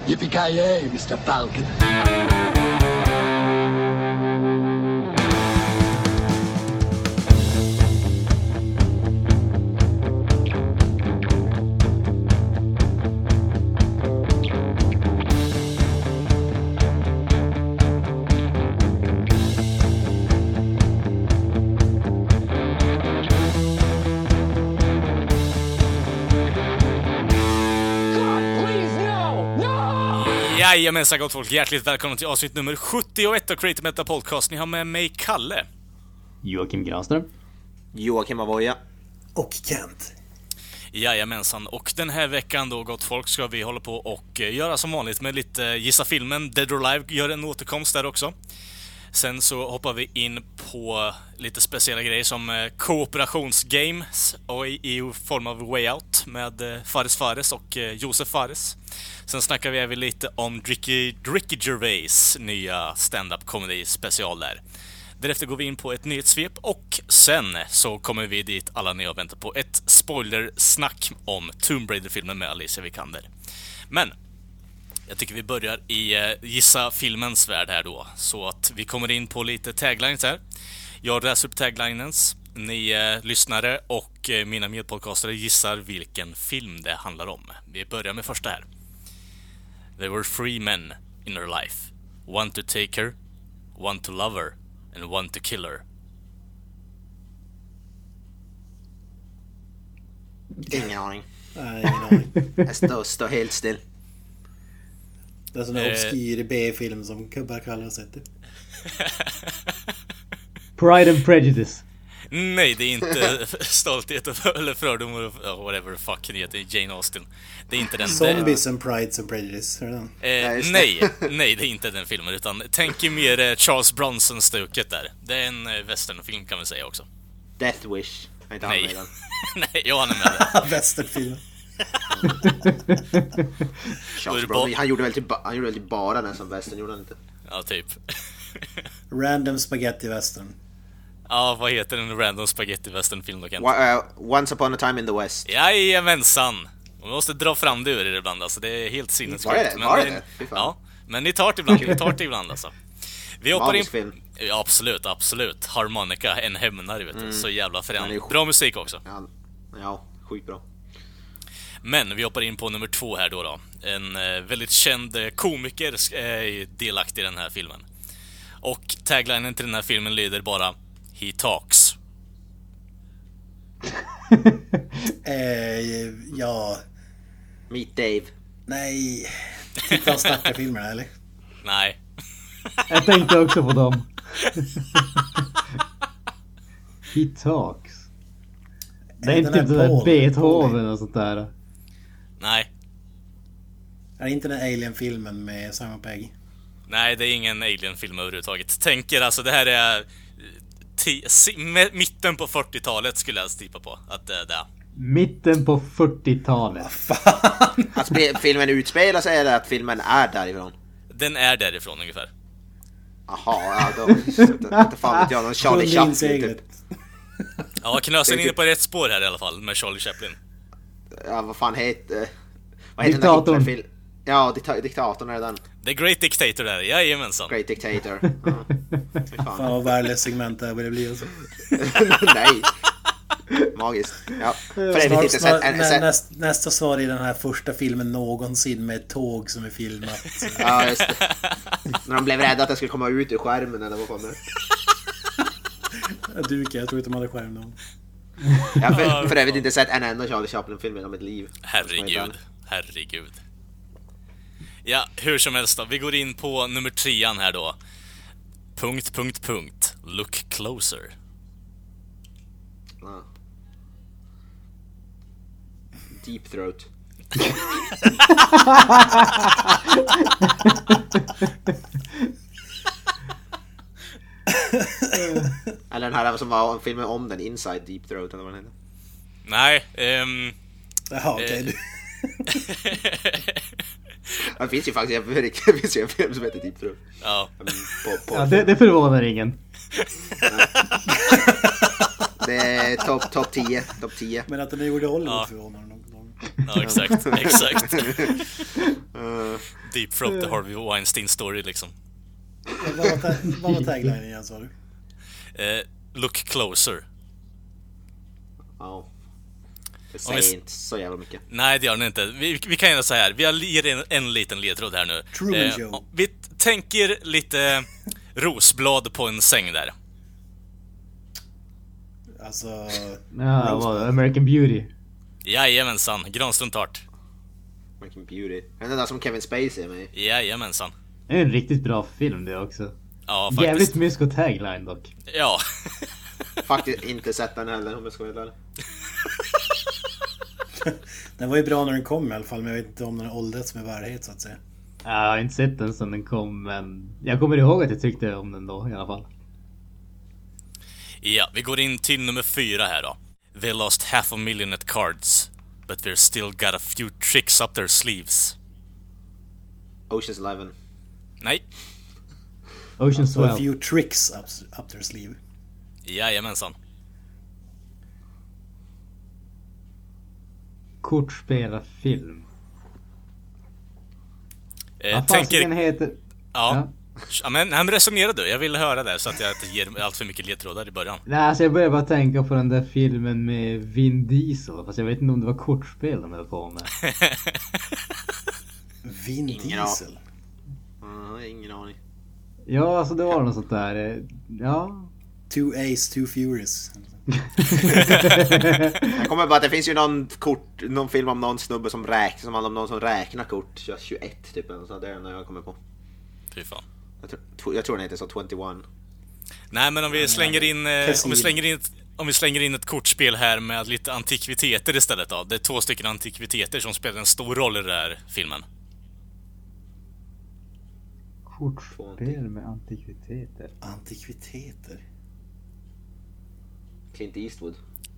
Yippee-ki-yay, Mr. Falcon. Jajamensan gott folk, hjärtligt välkomna till avsnitt nummer 71 av Creative Metal Podcast. Ni har med mig Kalle, Joakim Granström, Joakim Avoya och Kent. Jajamensan, och den här veckan då gott folk ska vi hålla på och göra som vanligt med lite Gissa filmen. Dead or Alive gör en återkomst där också. Sen så hoppar vi in på lite speciella grejer som kooperationsgames och i form av Way Out med Fares och Josef Fares. Sen snackar vi även lite om Ricky Gervais nya stand-up comedy special där. Därefter går vi in på ett nyhetssvep och sen så kommer vi dit alla ni har väntat på, ett spoilersnack om Tomb Raider-filmen med Alicia Vikander. Men jag tycker vi börjar i Gissa filmens värld här då, så att vi kommer in på lite taglines här. Jag läser upp taglines, ni lyssnare och mina medpodcastare gissar vilken film det handlar om. Vi börjar med första här. There were 3 men in her life. One to take her, one to love her, and one to kill her. Ingen aning. Nej, ingen aning. Jag står helt still. Det är sån där obskyr B-film som bara kallar sig till. Pride and Prejudice. Nej, det är inte Stolthet eller Fördom och whatever the fuck det heter, Jane Austen. Det är inte den. Zombies and Prides and Prejudice. Nej, det är inte den filmen, utan tänk er mer Charles Bronson-stuket där. Det är en westernfilm kan man säga också. Death Wish. Nej. Nej, jag har med det. Westernfilm. Han gjorde väl typ bara den som western, gjorde han inte? Ja, typ. Random Spaghetti Western. Ja, vad heter en random spaghetti western-film då, Kent? Once upon a time in the West. Jajamensan! Man måste dra fram det ur det ibland, alltså. Det är helt sinnessjukt. Var det? Ja, men ni tar det ibland alltså. Vi hoppar in... film. Ja, absolut. Harmonica, en hämnare, vet du. Så jävla förändring. Bra musik också. Ja, sjukt bra. Men vi hoppar in på nummer 2 här då. En väldigt känd komiker är delaktig i den här filmen. Och taglinen till den här filmen lyder bara He talks. Ja. Meet Dave. Nej. Titta och snacka filmerna, eller? Nej. Jag tänkte också på dem. He talks. Det är inte typ sådär Beethoven och sånt där. Nej. Är det inte den Alien-filmen med Simon Pegg? Nej, det är ingen Alien-film överhuvudtaget. Tänker alltså, det här är mitten på 40-talet skulle jag tippa på att det är. Mitten på 40-talet. Att filmen utspelar sig, eller att filmen är därifrån? Den är därifrån ungefär. Jaha, ja då. Inte fan vet jag, någon Charlie Chaplin typ. Ja, knösen inne på rätt spår här i alla fall med Charlie Chaplin. Ja, vad fan heter Diktatorn. den? Ja, diktatorn är den. The Great Dictator där, jajamensan. Great Dictator. Ja. Fan vad värdelöst segment det här börjar bli alltså. Nej. Magiskt. Ja. Nästa svar i den här första filmen någonsin med ett tåg som är filmat. Ja, just det. När de blev rädda att det skulle komma ut ur skärmen eller vad fan det. Jag tror inte de hade skärm någon. Jag har för övrigt inte sett en enda Charlie Chaplin-film i mitt liv. Herregud. Ja, hur som helst då. Vi går in på nummer 3 här då. ... Look closer. Deep Throat. Eller den här som var filmen om den, Inside Deep Throat eller vad den heter. Nej, Jaha, okej. Det finns ju faktiskt en film som heter Deep Throat. Ja. Ja, det förvånar ingen. Det är topp 10. Men att den gjorde Hollywood förvånar någon. Ja, exakt. Deep Throat, the Harvey Weinstein story liksom. Vad var taglinen igen, sa du? Look closer. Ja. Det säger inte så jävla mycket. Nej, det gör den inte. Vi kan göra så här. Vi ger en liten ledtråd här nu. Truman Show. Vi tänker lite rosblad på en säng där. Alltså... Ja, American Beauty. Jajamensan, Granström Tart. American Beauty. Är det där som Kevin Spacey är med i? Jajamensan. Det är en riktigt bra film det också. Ja, faktiskt. Jävligt mysko tagline dock. Ja. Faktiskt inte sett den heller, om jag ska vara ärlig. Den var ju bra när den kom i alla fall, men jag vet inte om den har åldrats med värdighet så att säga. Jag har inte sett den sedan den kom, men jag kommer ihåg att jag tyckte om den då i alla fall. Ja, vi går in till nummer 4 här då. They lost 500,000 at cards, but they're still got a few tricks up their sleeves. Ocean's 11. Nej. Ocean's So a 12. few tricks up their sleeve. Jajamensan. Kortspelarfilm. Vad Tänker... fasiken heter... Ja. Ja, men resonera du. Jag vill höra det så att jag inte ger allt för mycket ledtrådar i början. Nej, alltså jag börjar bara tänka på den där filmen med Vin Diesel. Fast jag vet inte om det var kortspel de höll på med. Vin Diesel. Ingen aning. Ja, alltså det var något sånt där. Ja. Two Ace, Two Furious. Jag kommer bara att det finns ju någon film om någon snubbe som handlar om någon som räknar kort. 21 typ, eller så. Det är den jag kommer på. Fy fan. Jag tror den heter så 21. Nej, men om vi slänger in ett kortspel här med lite antikviteter istället då. Det är 2 stycken antikviteter som spelar en stor roll i den här filmen. Kortspel med antikviteter. Antikviteter. Clint Eastwood.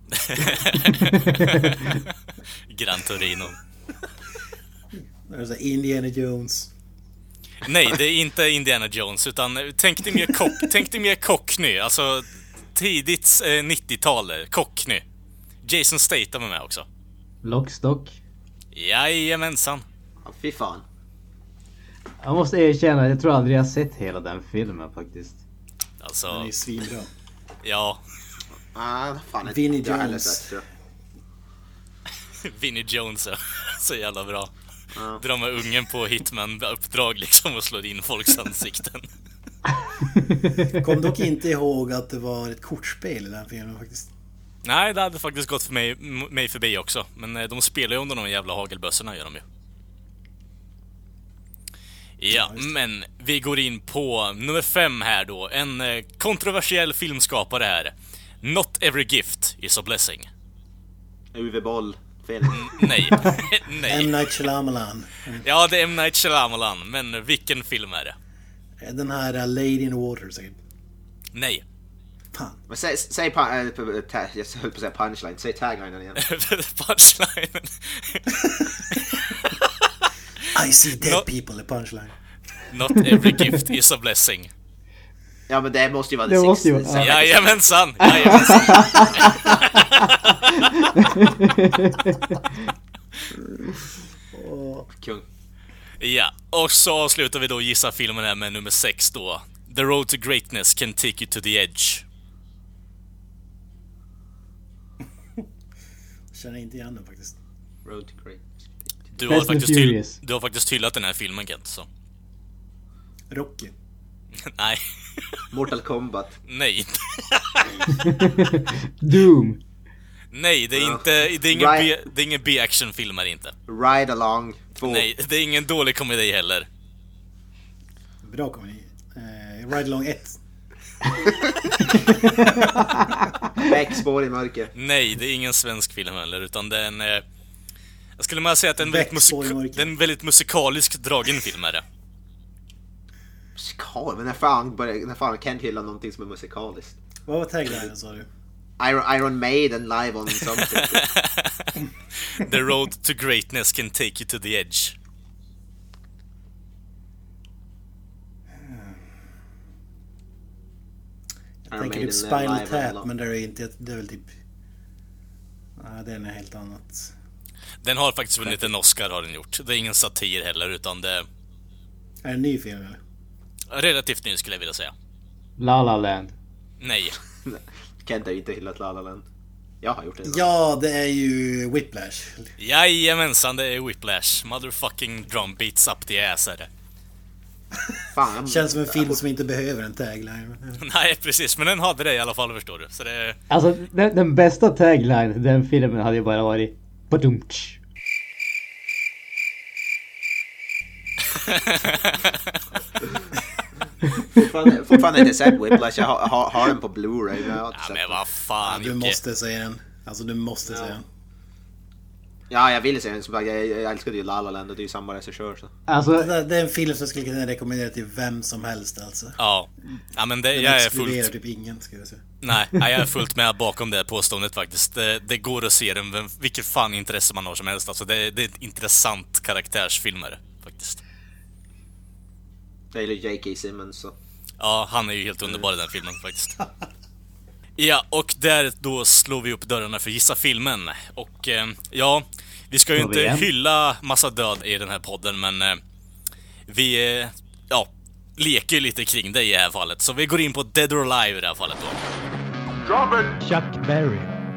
Gran Torino. Det är så här Indiana Jones. Nej, det är inte Indiana Jones, utan tänk dig mer Cockney, alltså tidigt 90-tal, Cockney. Jason Statham är med också. Lockstock. Jajamensan. Ja, fy fan. Jag måste erkänna, jag tror aldrig jag sett hela den filmen faktiskt. Alltså, Den är ju svinbra. ja. Fan, Vinnie jag har Jones. sett, tror jag. Vinnie Jones är så jävla bra. Ja. Drar med ungen på Hitman-uppdrag liksom och slår in folks ansikten. Kom dock inte ihåg att det var ett kortspel i den filmen faktiskt. Nej, det hade faktiskt gått för mig förbi också. Men de spelar ju under de jävla hagelbössorna, gör de ju. Ja, men vi går in på nummer 5 här då. En kontroversiell filmskapare här. Not every gift is a blessing. Uwe Boll film. Nej. Nej. M. Night Shyamalan. Ja, det är M. Night Shyamalan. Men vilken film är det? Den här Lady in the Water säkert. Nej. Fan. Men säg jag höll på att säga punchline. Säg taglinen igen. Punchlinen. I see dead people, the punchline. Not every gift is a blessing. Ja, men det måste ju vara Det måste ju vara- Jajamensan. Kung. Ja, och så avslutar vi då gissa filmen här med nummer 6 då. The Road to Greatness Can Take You to the Edge. Känner inte igen den faktiskt. Road to Great. Du har faktiskt hyllat den här filmen, Kent, så. Rocky. Nej. Mortal Kombat. Nej. Doom. Nej, det är inte det är ingen B-action-film här inte. Ride Along 2. Nej, det är ingen dålig komedi heller. Bra komedi. Ride Along 1. Bäckspår i mörker. Nej, det är ingen svensk film heller, utan det är en... jag skulle bara säga att det är en väldigt musikaliskt dragen film är det. Musikal? Men när fan Kent hyllar någonting som är musikaliskt? Vad var taglinen, sa du? Iron Maiden live on something. The Road to Greatness Can Take You to the Edge. Jag tänker typ Spinal Tap, men det är inte, det är väl typ... Nej, det är något helt annat. Den har faktiskt vunnit en Oscar, har den gjort. Det är ingen satir heller, utan det Är det en ny film eller? Relativt ny skulle jag vilja säga. La La Land. Nej. Kent har inte hyllat La La Land. Jag har gjort det. Ja, det är ju Whiplash. Jajamensan, det är Whiplash. Motherfucking drum beats up the ass är det. Fan. Känns som en film som inte behöver en tagline. Nej, precis. Men den hade det i alla fall, förstår du. Så det... Alltså, den bästa tagline till den filmen hade ju bara varit badumtsch. Fortfarande inte sett Whiplash. Jag har den på Blu-ray. Ja, men vad fan, Du Jocke. måste säga den. Alltså, du måste säga den. Ja, jag ville se den. Som sagt, jag älskade ju La La Land och det är ju samma regissör. Så. Alltså, Det är en film som jag skulle kunna rekommendera till vem som helst alltså. Ja. Ja, men det, Den jag är exkluderar fullt... typ ingen, ska jag säga. Nej, jag är fullt med bakom det påståendet faktiskt. Det går att se den, vilket fan intresse man har som helst. Alltså, det är ett intressant karaktärsfilmer, faktiskt. Det är ju J.K. Simmons så. Ja, han är ju helt underbar i den filmen faktiskt. Ja, och där då slår vi upp dörrarna för Gissa filmen. Och ja, vi ska ju Slår vi inte igen? hylla massa död i den här podden, men vi ja, leker ju lite kring det i det här fallet. Så vi går in på Dead or Alive i det här fallet då. Chuck Berry.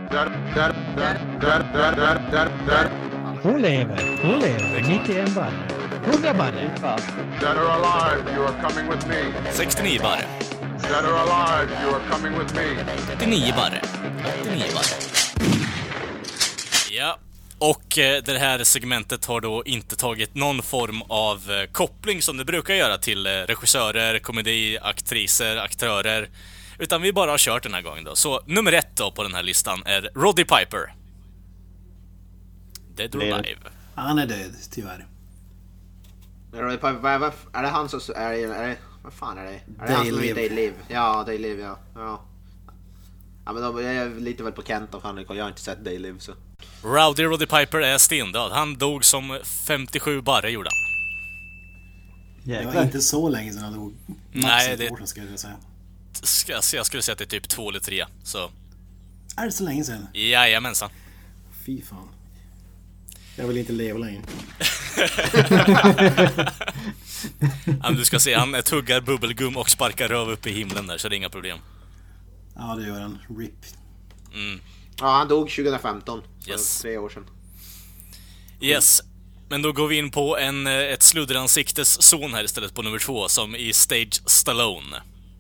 Hon lever, 91 barre. 100 barre. Dead or alive, you are coming with me. 69 barre. Dead or alive, you are coming with me. 89 barre. 89 barre. Ja, och det här segmentet har då inte tagit någon form av koppling som det brukar göra till regissörer, komedi, aktriser, aktörer. Utan vi bara har kört den här gången då. Så nummer 1 då på den här listan är Roddy Piper. Dead or Alive. Han är död, tyvärr. Är det han som är det, vad fan är det? Är det han som är They Live? Ja, They Live, ja. Ja, men jag är lite väl på Kent av han, jag har inte sett They Live så. Roddy Piper är stendöd. Han dog som 57 barre gjorde han. Det var inte så länge sedan han dog. Nej, det år sedan skulle jag säga. jag skulle säga att det är typ 2 eller 3. Så Är det så länge sedan? jajamensan. Fy fan. Jag vill inte leva längre. Ja, men du ska se, han tuggar bubbelgum och sparkar röv upp i himlen där, så det är inga problem. Ja, det gör han. RIP. Ja, han dog 2015. Så Yes. 3 år sedan. Yes. Men då går vi in på ett sludderansiktes zon här istället på nummer 2, som i Stage Stallone.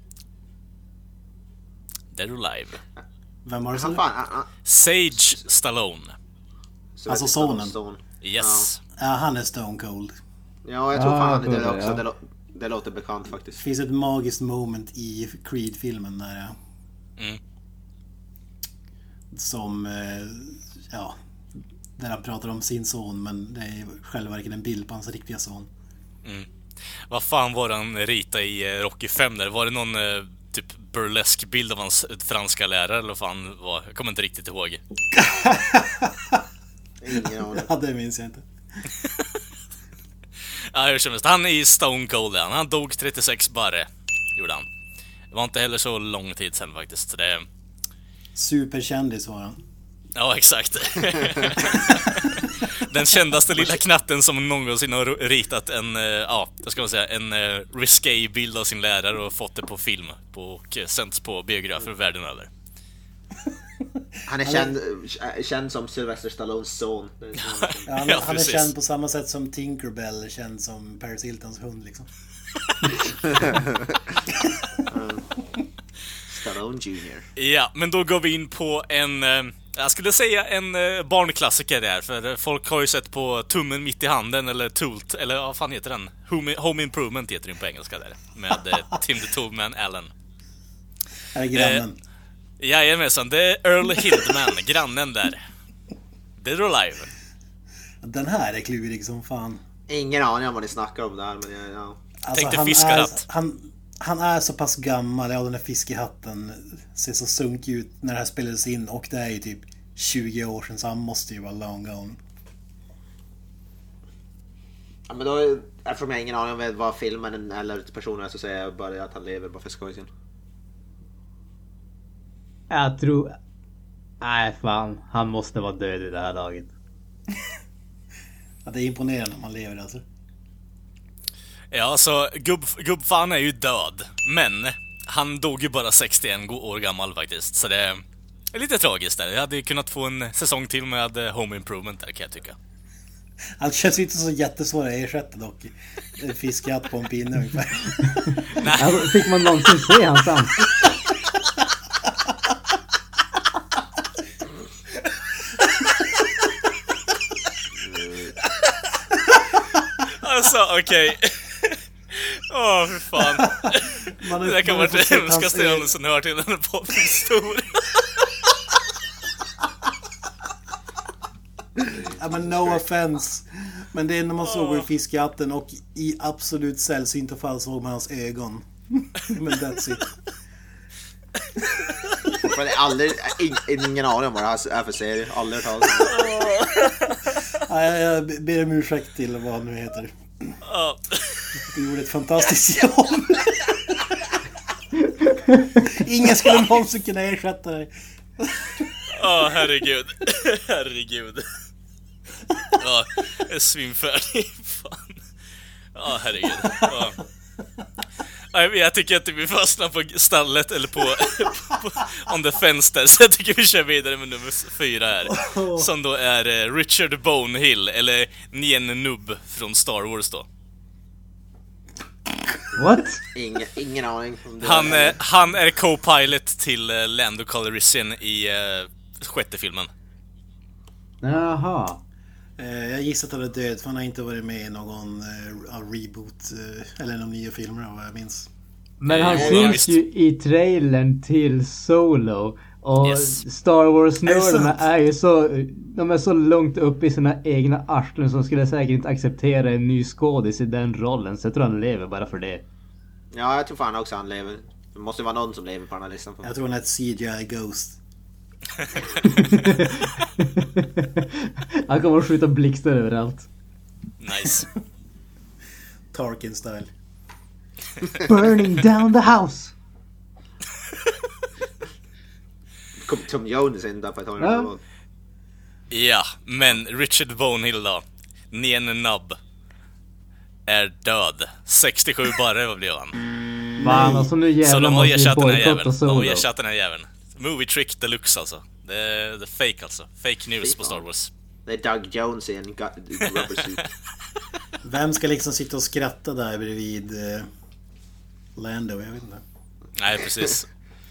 Dead or Alive. Vem var det Han som... fan, Sage Stallone. Alltså sonen. Yes. Ja, han är Stone Cold. Ja, jag tror fan han är det Ja. också. Det låter bekant faktiskt. Det finns ett magiskt moment i Creed-filmen där som ja, där han pratar om sin son, men det är själva verkligen en bild på hans riktiga son. Vad fan var han rita i Rocky 5 där? Var det någon typ burlesk bild av hans franska lärare eller vad fan var? Jag kommer inte riktigt ihåg. Ingen aning. Ja, det minns jag inte. Ja, hur som helst. Han är i Stone Cold. Han dog 36 barre, gjorde han. Det var inte heller så lång tid sedan faktiskt. Så det... Superkändis var han. Ja, exakt. Den kändaste lilla knatten som någonsin har ritat en, ja, vad ska man säga, en risque bild av sin lärare och fått det på film och sänds på biografer världen över. Han är känd som Sylvester Stallones son. Det är så han är känd. Ja, han är precis. känd på samma sätt som Tinkerbell är känd som Paris Hiltons hund liksom. Stallone Jr. Ja, men då går vi in på en, jag skulle säga en barnklassiker där, för folk har ju sett på Tummen mitt i handen eller Toolt, eller vad fan heter den? Home Improvement heter den på engelska där, med Tim the Toolman Allen. Är det grannen? Jajamensan, det är Earl Hildman, grannen där. Dead or Alive. Den här är klurig som fan. Ingen aning om vad ni snackar om där, men ja. Alltså, Tänkte fiskarhatt. Han är så pass gammal, ja, den där fiskehatten ser så sunkig ut när det här spelades in, och det är ju typ 20 år sedan, så han måste ju vara long gone. Ja, men då, eftersom jag ingen aning om vad filmen eller personen är, så säger jag bara att han lever bara för skojs skull. Jag tror... Nej fan, han måste vara död i det här laget. Ja, det är imponerande om man lever alltså. Ja, så gubbfan är ju död. Men han dog ju bara 61 år gammal faktiskt. Så det är lite tragiskt där. Jag hade kunnat få en säsong till med Home Improvement där, kan jag tycka. Han känns inte så jättesvår att ersätta dock. Fiskhatt på en pinne ungefär. Nej. Alltså, fick man någonsin se hans ansikte? Alltså, okej. Åh, för fan. Det där kan vara det hemskaste jag någonsin hört i den här poddhistorien. Ja, men no offense. Men det är när man såg i Fiskhatten och i absolut sällsynta fall såg man hans ögon. Men that's it. Men aldrig, ingen aning om vad det här är för serie. Aldrig hört talas om. Jag ber om ursäkt till vad han nu heter. Du gjorde ett fantastiskt jobb. Ingen skulle någonsin kunna ersätta dig. Herregud. Herregud. Jag är svimfärdig. Fan. Herregud. Jag tycker att vi fastnar på stallet eller på on the fence där. Så jag tycker vi kör vidare med nummer 4 här. Som då är Richard Bonehill, eller Nien Nub från Star Wars då. What? Ingen aning. Han är co-pilot till Lando Calrissian i 6:e filmen. Jaha. Jag gissar att han är död för han har inte varit med i någon reboot eller någon nya filmer vad jag minns. Men han syns ju i trailern till Solo. Och Yes. Star Wars-nördarna är ju så... De är så långt upp i sina egna arslen som skulle säkert inte acceptera en ny skådis i den rollen. Så jag tror han lever bara för det. Ja, jag tror fan också han lever. Det måste vara någon som lever på den här listan. Jag tror han är ett CGI Ghost. Han kommer att skjuta blixtar överallt. Nice. Tarkin style. Burning down the house. Kom Tom Jones in där på ett hörn. Ja. Ja, men Richard Bonehill då, Nien Nub, är död. 67 bara, vad blev han? Fan, alltså nu Så jävlar de har måste vi ersatt den här bojkotta jäveln. De Solo. har ersatt den här jäveln. Movie trick deluxe alltså. Det är fake alltså. Fake news på Star Wars. Det är Doug Jones i en rubber suit. Vem ska liksom sitta och skratta där bredvid Lando? Jag vet inte. Nej, precis.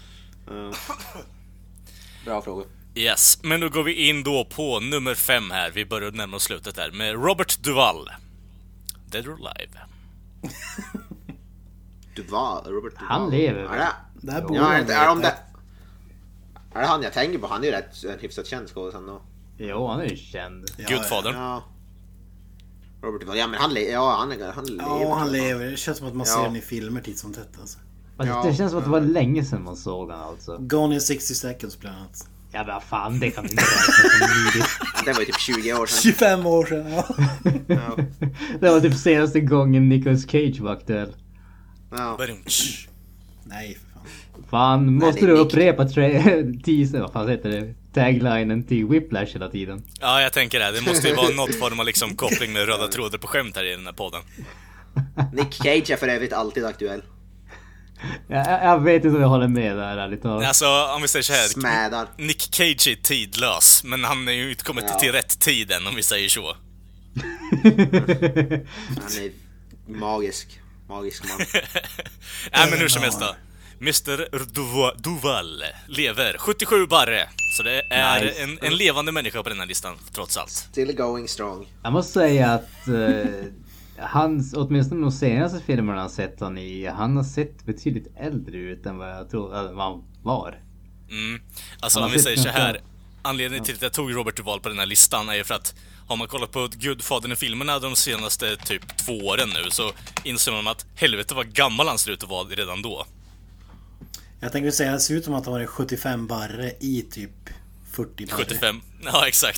Bra fråga. Yes, men då går vi in då på nummer 5 här. Vi börjar närma oss slutet där med Robert Duvall. Dead or Alive. Robert Duvall. Han lever. Är det? Där borde Ja, han är det veta. Är det han jag tänker på? Han är ju rätt en hyfsat känd skådespelare ändå. Jo, han är ju känd. Ja, Gudfadern. Ja. Robert Duvall. Ja, men han lever. Ja, han lever. Det känns som att man ser Ja. den i filmer titt som tätt alltså. Alltså, det känns som att det var länge sedan man såg han alltså. Gone in 60 seconds bland annat. Ja men fan, det kan inte räknas som lydigt. Det var ju typ 20 år sedan. 25 år sedan, ja. Ja. Det var typ senaste gången Nicolas Cage var aktuell. Ja. Badumtsch. Nej, för fan. Fan, måste det du är upprepa teaser, vad fan heter det? Taglinen till Whiplash hela tiden. Ja, jag tänker det. Det måste ju vara något form av liksom koppling med röda trådar på skämt här i den här podden. Nick Cage är för övrigt alltid aktuell. Jag vet inte om jag håller med där, ärligt talat. Alltså, om vi säger så här. Smädar. Nick Cage är tidlös, men han är ju inte kommit till rätt tid än, om vi säger så. Han är magisk. Magisk man. Nej, men hur som helst då. Mr. Duvall lever 77 barre. Så det är Nice. en levande människa på den här listan, trots allt. Still going strong. Jag måste säga att hans, åtminstone de senaste filmerna han sett han i, han har sett betydligt äldre ut än vad jag trodde han var. Alltså, om vi säger så här. Anledningen till att jag tog Robert Duvall på den här listan är ju för att har man kollat på Gudfadern i filmerna de senaste typ 2 åren nu, så inser man att helvete vad gammal han ser ut att vara redan då. Jag tänkte säga att det ser ut som att han var 75 barre i typ 40 barre. 75, ja exakt.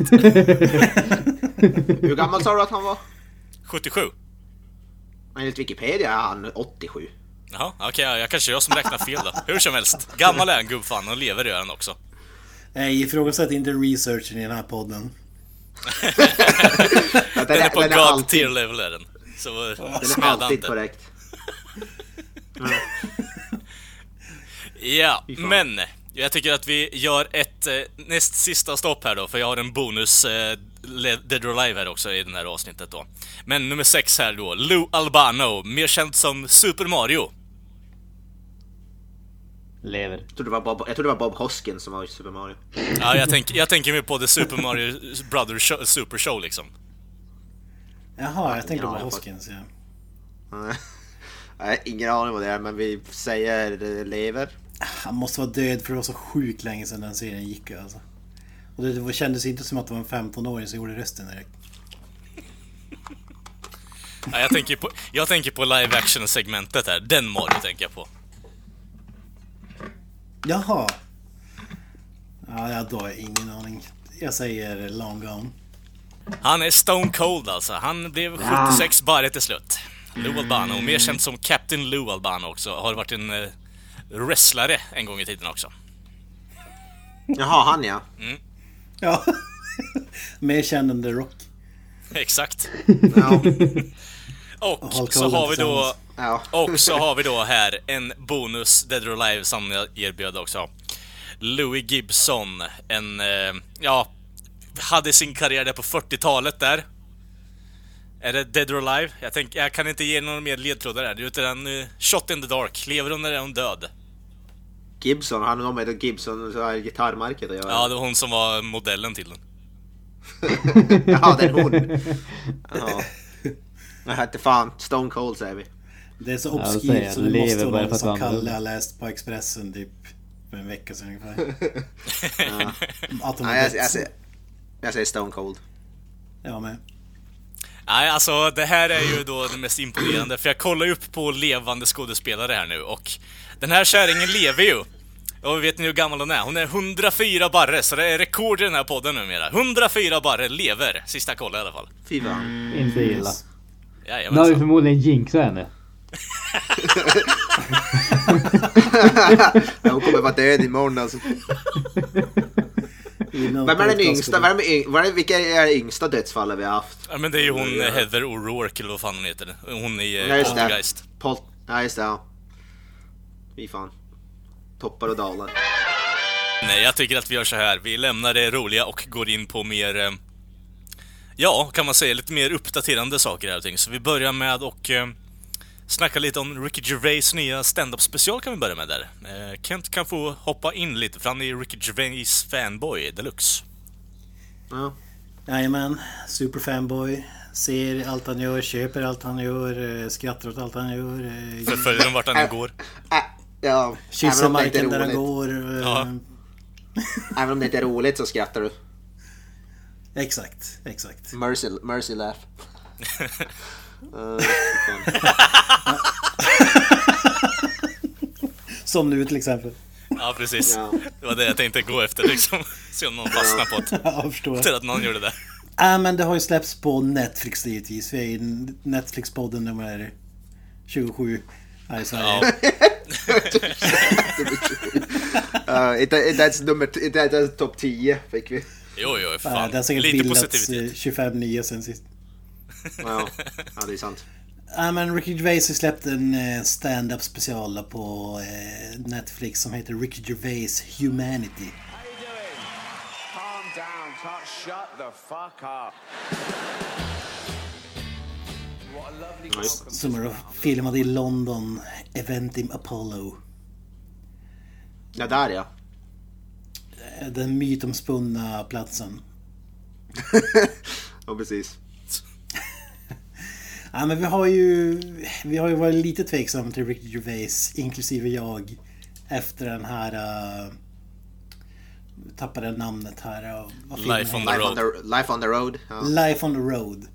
Hur gammal sa du att han var? 77. Enligt Wikipedia är han 87. Jaha, okej, jag kanske är jag som räknar fel då. Hur som helst, gammal är han gubbfan och lever gör han också. Nej, ifrågasätt inte researchen i den här podden. Den är på god tier level är den. Så Den är smädande. alltid korrekt. Ja, men jag tycker att vi gör ett näst sista stopp här då, för jag har en bonus Dead or Alive här också i den här avsnittet då. Men nummer 6 här då, Lou Albano, mer känd som Super Mario. Lever. Jag trodde det var Bob Hoskins som var i Super Mario. Ja, jag tänker mig på The Super Mario Brothers Super Show liksom. Jaha, jag tänkte Ja, på jag Hoskins, ja. Nej, ingen aning vad det är, men vi säger lever. Han måste vara död för det var så sjukt länge sedan den serien gick alltså. Och det kändes inte som att det var en 15-åring som gjorde rösten direkt. Ja, jag tänker på live action segmentet här. Den Mario tänker jag på. Jaha. Ja, då har jag ingen aning. Jag säger Long Gone. Han är Stone Cold alltså. Han blev 76 bara till slut. Lou Albano, mer känd som Captain Lou Albano också. Har varit en wrestlare en gång i tiden också. Jaha, han ja. Ja. Mer känd än The Rock. Exakt. Ja. Och Hulk så Hogan har vi då Ja. och så har vi då här en bonus Dead or Alive som jag erbjöd också. Louis Gibson, en hade sin karriär där på 40-talet där. Är det Dead or Alive? Jag kan inte ge några mer ledtrådar där. Utan Shot in the Dark. Lever hon eller är hon död? Gibson, han har med Gibson så här gitarrmärket att göra. Ja, det var hon som var modellen till den. Ja, det är hon. Ja. Jag hette fan Stone Cold säger vi. Det är så Ja, obskyrt säger så det lever måste bara vara för någon att som vara Kalle annorlunda. har läst på Expressen typ för en vecka sedan ungefär. Att hon Nej, har dött. jag säger Stone Cold. Ja, men. Nej, alltså det här är ju då det mest imponerande. För jag kollar ju upp på levande skådespelare här nu. Och den här kärringen lever ju. Och vet ni hur gammal hon är? Hon är 104 barre, så det är rekord i den här podden numera. 104 barre lever, sista kolla i alla fall. Fy fan. Inte illa. Nu har vi Jajamensan. förmodligen jinxat henne. Hon kommer vara död imorgon alltså. Vem är den yngsta? Vilka är det yngsta dödsfallet vi har haft? Ja, men det är ju hon Heather O'Rourke eller vad fan hon heter. Hon i Ja, just det. Poltergeist. Ja, just det, ja. Fy fan. Toppar och dalar. Nej, jag tycker att vi gör så här. Vi lämnar det roliga och går in på mer, ja, kan man säga, lite mer uppdaterande saker här och ting. Så vi börjar med och snacka lite om Ricky Gervais nya stand-up special kan vi börja med där. Kent kan få hoppa in lite, för han är Ricky Gervais fanboy deluxe. Ja. Jajamän, superfanboy. Ser allt han gör, köper allt han gör, skrattar åt allt han gör. Förföljer dem vart han än går. Ja, Kysser även om det inte är marken där han roligt. går. Ja. Även om det inte är roligt så skrattar du. Exakt. Mercy laugh. Som nu till exempel. Ja, precis. Ja. Det var det jag tänkte gå efter liksom. Se om någon fastnar på det. Ja, jag förstår. Till att någon gjorde det. Men det har ju släppts på Netflix givetvis. Vi är i Netflix-podden nummer 27 här i Sverige. Ja. Inte ens topp 10 fick vi. Jo, fan. Det har säkert Lite bildats positivitet. 25-9 sen sist. Ja, det är sant. Men Ricky Gervais har släppt en stand-up special på Netflix som heter Ricky Gervais Humanity. Calm down, shut the fuck up. What a lovely welcome. Som är filmad i London, Eventim Apollo. Ja, där ja. Den mytomspunna platsen. Ja, precis. Ja, men vi har ju varit lite tveksam till Ricky Gervais, inklusive jag, efter den här tappade namnet här. Life on the Road. Life on the Road. Ja. Life on the Road.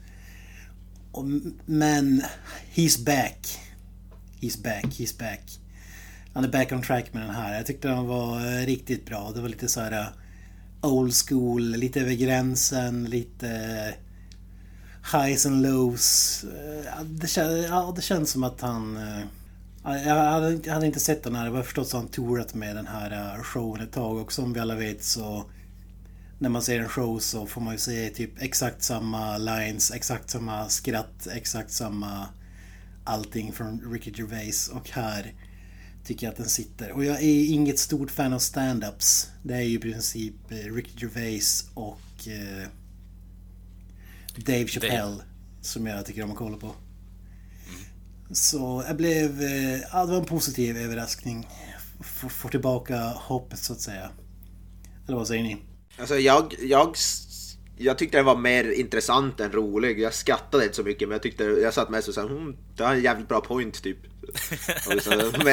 Men he's back. He's back. Han är back on track med den här. Jag tyckte den var riktigt bra. Det var lite så här old school, lite över gränsen, lite highs and lows. Det känns som att han... Jag hade inte sett den här. Jag har förstått att han tourat med den här showen ett tag. Och som vi alla vet så... när man ser en show så får man ju se typ exakt samma lines, exakt samma skratt, exakt samma allting från Ricky Gervais. Och här tycker jag att den sitter. Och jag är inget stort fan av stand-ups. Det är ju i princip Ricky Gervais och Dave Chappelle som jag tycker om att kolla på. Så jag blev... det var en positiv överraskning. Får tillbaka hoppet så att säga. Eller vad säger ni? Alltså jag tyckte det var mer intressant än rolig. Jag skattade inte så mycket, men jag satt med och sa det var en jävligt bra point typ. Men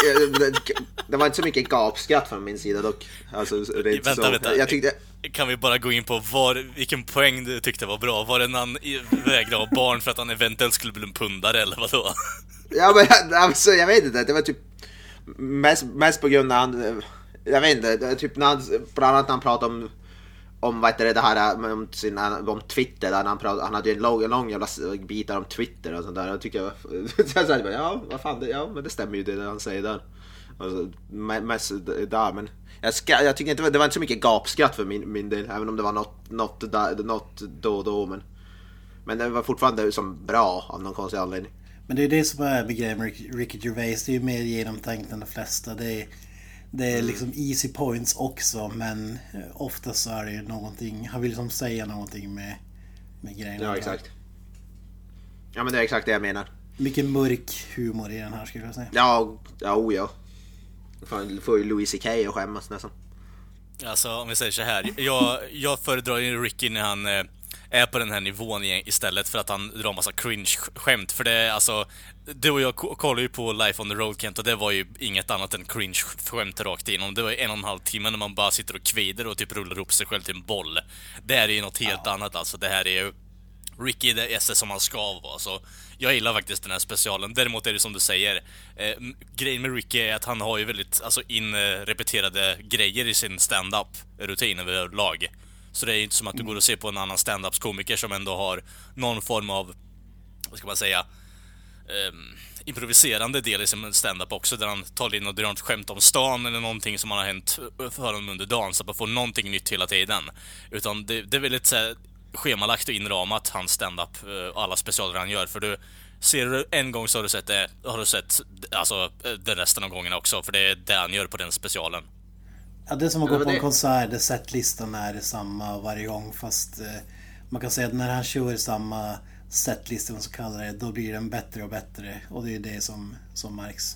det var inte så mycket gapskratt från min sida dock. Alltså, vänta. Jag tyckte... Kan vi bara gå in på vilken poäng du tyckte var bra? Var det när han vägrade ha barn för att han eventuellt skulle bli en pundare eller vadå? Ja, men alltså, jag vet inte. Det var typ mest på grund av han... Jag vet inte, typ bland annat när han pratade om vad heter det här om Twitter där han hade en lång jävla bitar om Twitter och sånt där. Jag tycker jag sa bara, ja, vad fan men det stämmer ju det han säger där. Alltså mest där, men jag tycker inte det var inte så mycket gapskratt för min del, även om det var något då men det var fortfarande som bra av någon konstig anledning. Men det är det som är med grejen med Ricky Gervais, det är ju mer genomtänkt än de flesta. Det är liksom easy points också, men ofta så är det ju någonting, han vill liksom säga någonting med grejerna. Ja, exakt. Ja, men det är exakt det jag menar. Mycket mörk humor i den här, skulle jag säga. Ja. Får ju Louis CK och skämmas nästan. Alltså, om vi säger så här, jag föredrar ju Ricky när han är på den här nivån istället för att han drar massa cringe-skämt. För det, alltså, du och jag kollade ju på Life on the Road, Kent, och det var ju inget annat än cringe-skämt rakt igenom. Det var ju 1,5 timme när man bara sitter och kvider och typ rullar upp sig själv till en boll. Det här är ju något helt annat, alltså. Det här är ju Ricky, det är som man ska vara, så jag gillar faktiskt den här specialen. Däremot är det som du säger, grejen med Ricky är att han har ju väldigt inrepeterade grejer i sin stand-up-rutin överlag. Så det är ju inte som att du går och ser på en annan stand-up-komiker som ändå har någon form av, vad ska man säga, improviserande del i sin stand-up också, där han tar in och drar ett skämt om stan eller någonting som har hänt för honom under dagen, så att man får någonting nytt hela tiden. Utan det är väldigt så här schemalagt och inramat, hans stand-up, alla specialer han gör. För du ser du en gång så har du sett alltså den resten av gångerna också, för det är det han gör på den specialen. Ja, det är som att gå på en konsert där setlistan är samma varje gång, fast man kan säga att när han kör samma setlistan så kallar det, då blir den bättre och bättre, och det är det som märks.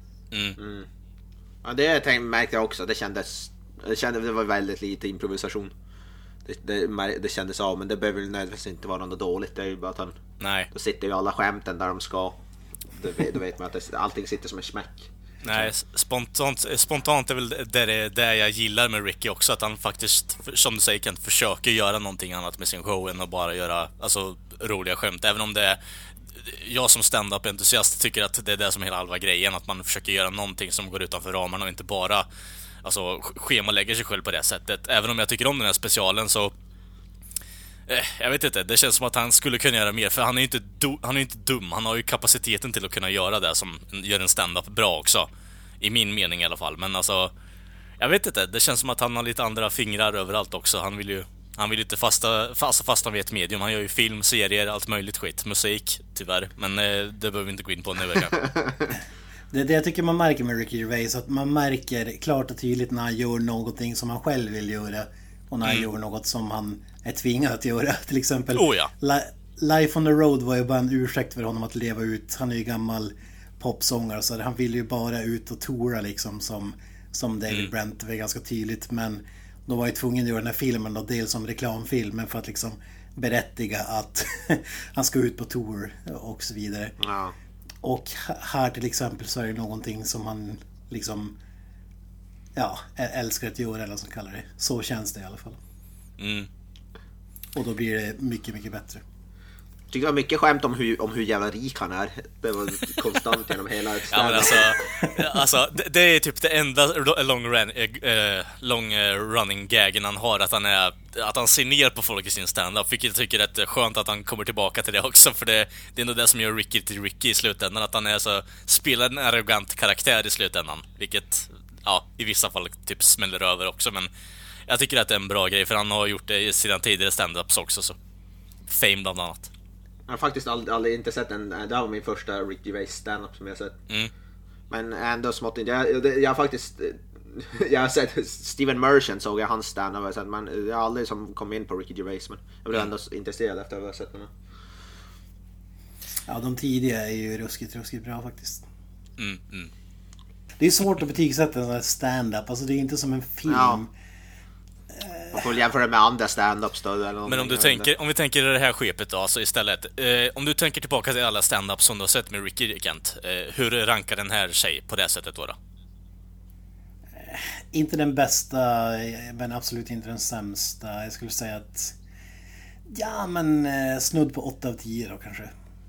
Ja, det märkte jag också. Det var väldigt lite improvisation. Det kändes av, men det behöver väl nödvändigtvis inte vara något dåligt. Det är ju bara att då sitter ju alla skämten där de ska. Då vet man att allting sitter som en smäck. Nej, spontant är väl det jag gillar med Ricky också, att han faktiskt, som du säger, kan försöka göra någonting annat med sin show än att bara göra roliga skämt. Även om det är, jag som stand-up-entusiast tycker att det är det som är hela grejen, att man försöker göra någonting som går utanför ramarna och inte bara schemalägger sig själv på det sättet. Även om jag tycker om den här specialen, så jag vet inte, det känns som att han skulle kunna göra mer. För han är ju inte dum. Han har ju kapaciteten till att kunna göra det som gör en stand-up bra också, i min mening i alla fall. Men alltså, jag vet inte, det känns som att han har lite andra fingrar överallt också. Han vill ju inte fastna vid ett medium. Han gör ju film, serier, allt möjligt skit. Musik, tyvärr. Men det behöver vi inte gå in på nu. Det är det jag tycker man märker med Ricky Gervais, att man märker klart och tydligt när han gör någonting som han själv vill göra, och när han gör något som han är tvingad att göra. Till exempel Life on the Road var ju bara en ursäkt för honom att leva ut. Han är ju gammal popsångare, så han vill ju bara ut och toura liksom, som David Brent, var ganska tydligt. Men då var ju tvungen att göra den här filmen då, dels som reklamfilmen, för att liksom berättiga att han ska ut på tour och så vidare. Ja. Och här till exempel så är det någonting som han liksom älskar att göra, eller som kallar det. Så känns det i alla fall. Och då blir det mycket, mycket bättre. Jag tycker det var mycket skämt om hur jävla rik han är. Det var konstant genom hela ja, men alltså det är typ det enda long running gaggen han har, att han ser ner på folk i sin stand-up. Vilket jag tycker är skönt att han kommer tillbaka till det också, för det är ändå det som gör Ricky till Ricky i slutändan, att han spelar en arrogant karaktär i slutändan, vilket i vissa fall typ smäller över också. Men Jag tycker att det är en bra grej, för han har gjort det i sina tidigare stand-ups också. Så. Fame bland annat. Jag har faktiskt aldrig inte sett en. Det var min första Ricky Gervais stand-up som jag sett. Men ändå smått inte. Jag har faktiskt... Jag har sett Steven Merchant, såg jag hans stand-up. Men jag har aldrig som kom in på Ricky Gervais. Men jag blev ändå intresserad efter att ha sett den. Ja, de tidiga är ju ruskigt bra faktiskt. Det är svårt att betygsätta en sån här stand-up. Alltså det är inte som en film. Ja. Man får jämföra med andra stand-ups då, eller men om vi tänker det här skepet då, alltså istället. Om du tänker tillbaka till alla stand-ups som du har sett med Ricky Kent, hur rankar den här sig på det sättet då? Inte den bästa, men absolut inte den sämsta. Jag skulle säga att... Ja, men snudd på 8 av 10 då kanske.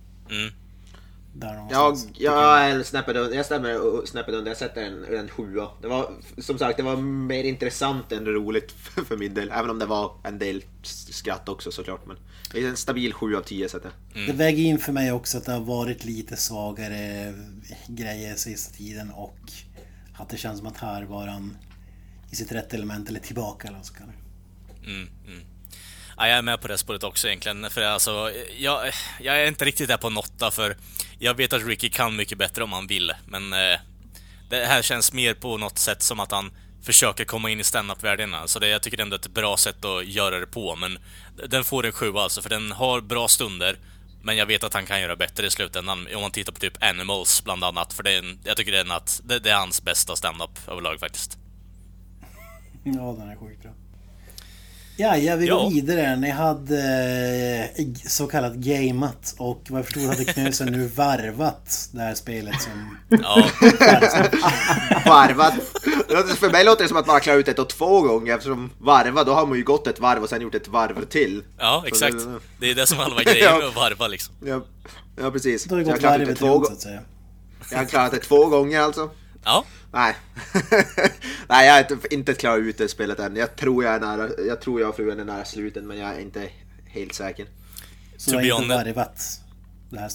Jag snäppade under. Jag sätter en 7. Det var, som sagt, det var mer intressant än roligt för min del. Även om det var en del skratt också såklart. Men det är en stabil 7 av 10 sätter. Det väger in för mig också att det har varit lite svagare grejer sista tiden. Och att det känns som att här var han i sitt rätt element eller tillbaka eller vad ska det. Ja, jag är med på det spåret också egentligen. För alltså, jag är inte riktigt där på en 8, för jag vet att Ricky kan mycket bättre om han vill. Men det här känns mer på något sätt som att han försöker komma in i stand-up-världen. Så jag tycker ändå att det är ett bra sätt att göra det på. Men den får en 7 alltså, för den har bra stunder. Men jag vet att han kan göra bättre i slutändan. Om man tittar på typ Animals bland annat. För jag tycker det är hans bästa stand-up överlag faktiskt. Ja, den är sjukt bra. Ja, vi går vidare. Ni hade så kallat gameat, och vad jag förstod hade Knösen nu varvat det här spelet som... Ja. Varvat. För mig låter det som att man klarar ut 1 och 2 gånger, eftersom varva, då har man ju gått ett varv och sen gjort ett varv till. Ja, exakt. Det är det som halva grejen med att varva liksom. Ja, precis. Då har det gått varvet runt så att säga. Jag har klarat det 2 gånger alltså. Ja. Nej. Nej, jag har inte klarat ut det spelet än. Jag tror jag och fruen är nära slutet, men jag är inte helt säker. Så du har inte varvat det här?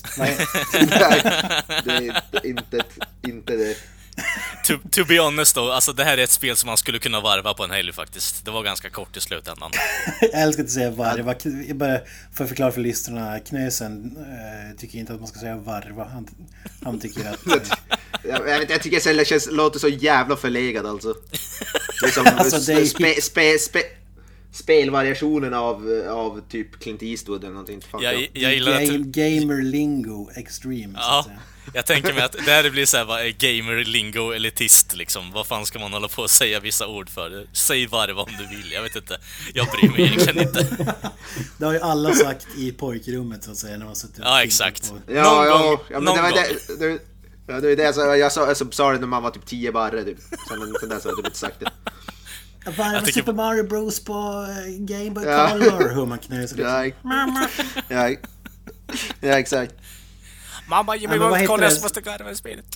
Nej, det är inte det. To be honest då, alltså det här är ett spel som man skulle kunna varva på en helg faktiskt. Det var ganska kort i slutändan. Jag älskar att säga varva. Jag bara får förklara för lyssnarna. Knösen tycker inte att man ska säga varva. Han tycker att... Jag tycker det låter så jävla förlegad alltså. Det är som alltså, spelvariationen av typ Clint Eastwood eller någonting. Jag gillar gamer lingo extreme. Ja, så att säga. Jag tänker mig att det här blir så här gamer lingo elitist liksom. Vad fan ska man hålla på och säga vissa ord för? Säg varva om du vill, jag vet inte. Jag bryr mig egentligen inte. Det har ju alla sagt i pojkrummet så att säga när man suttit. Ja, exakt. Ja, men det var det. Ja, det är det jag sa det när man var typ 10 barre typ. Sen där så har jag inte sagt det. Varva Super Mario Bros på Game Boy Color. Hur man knöser liksom. Ja, exakt. Mamma, ge mig vad kolla så måste klara med spelet.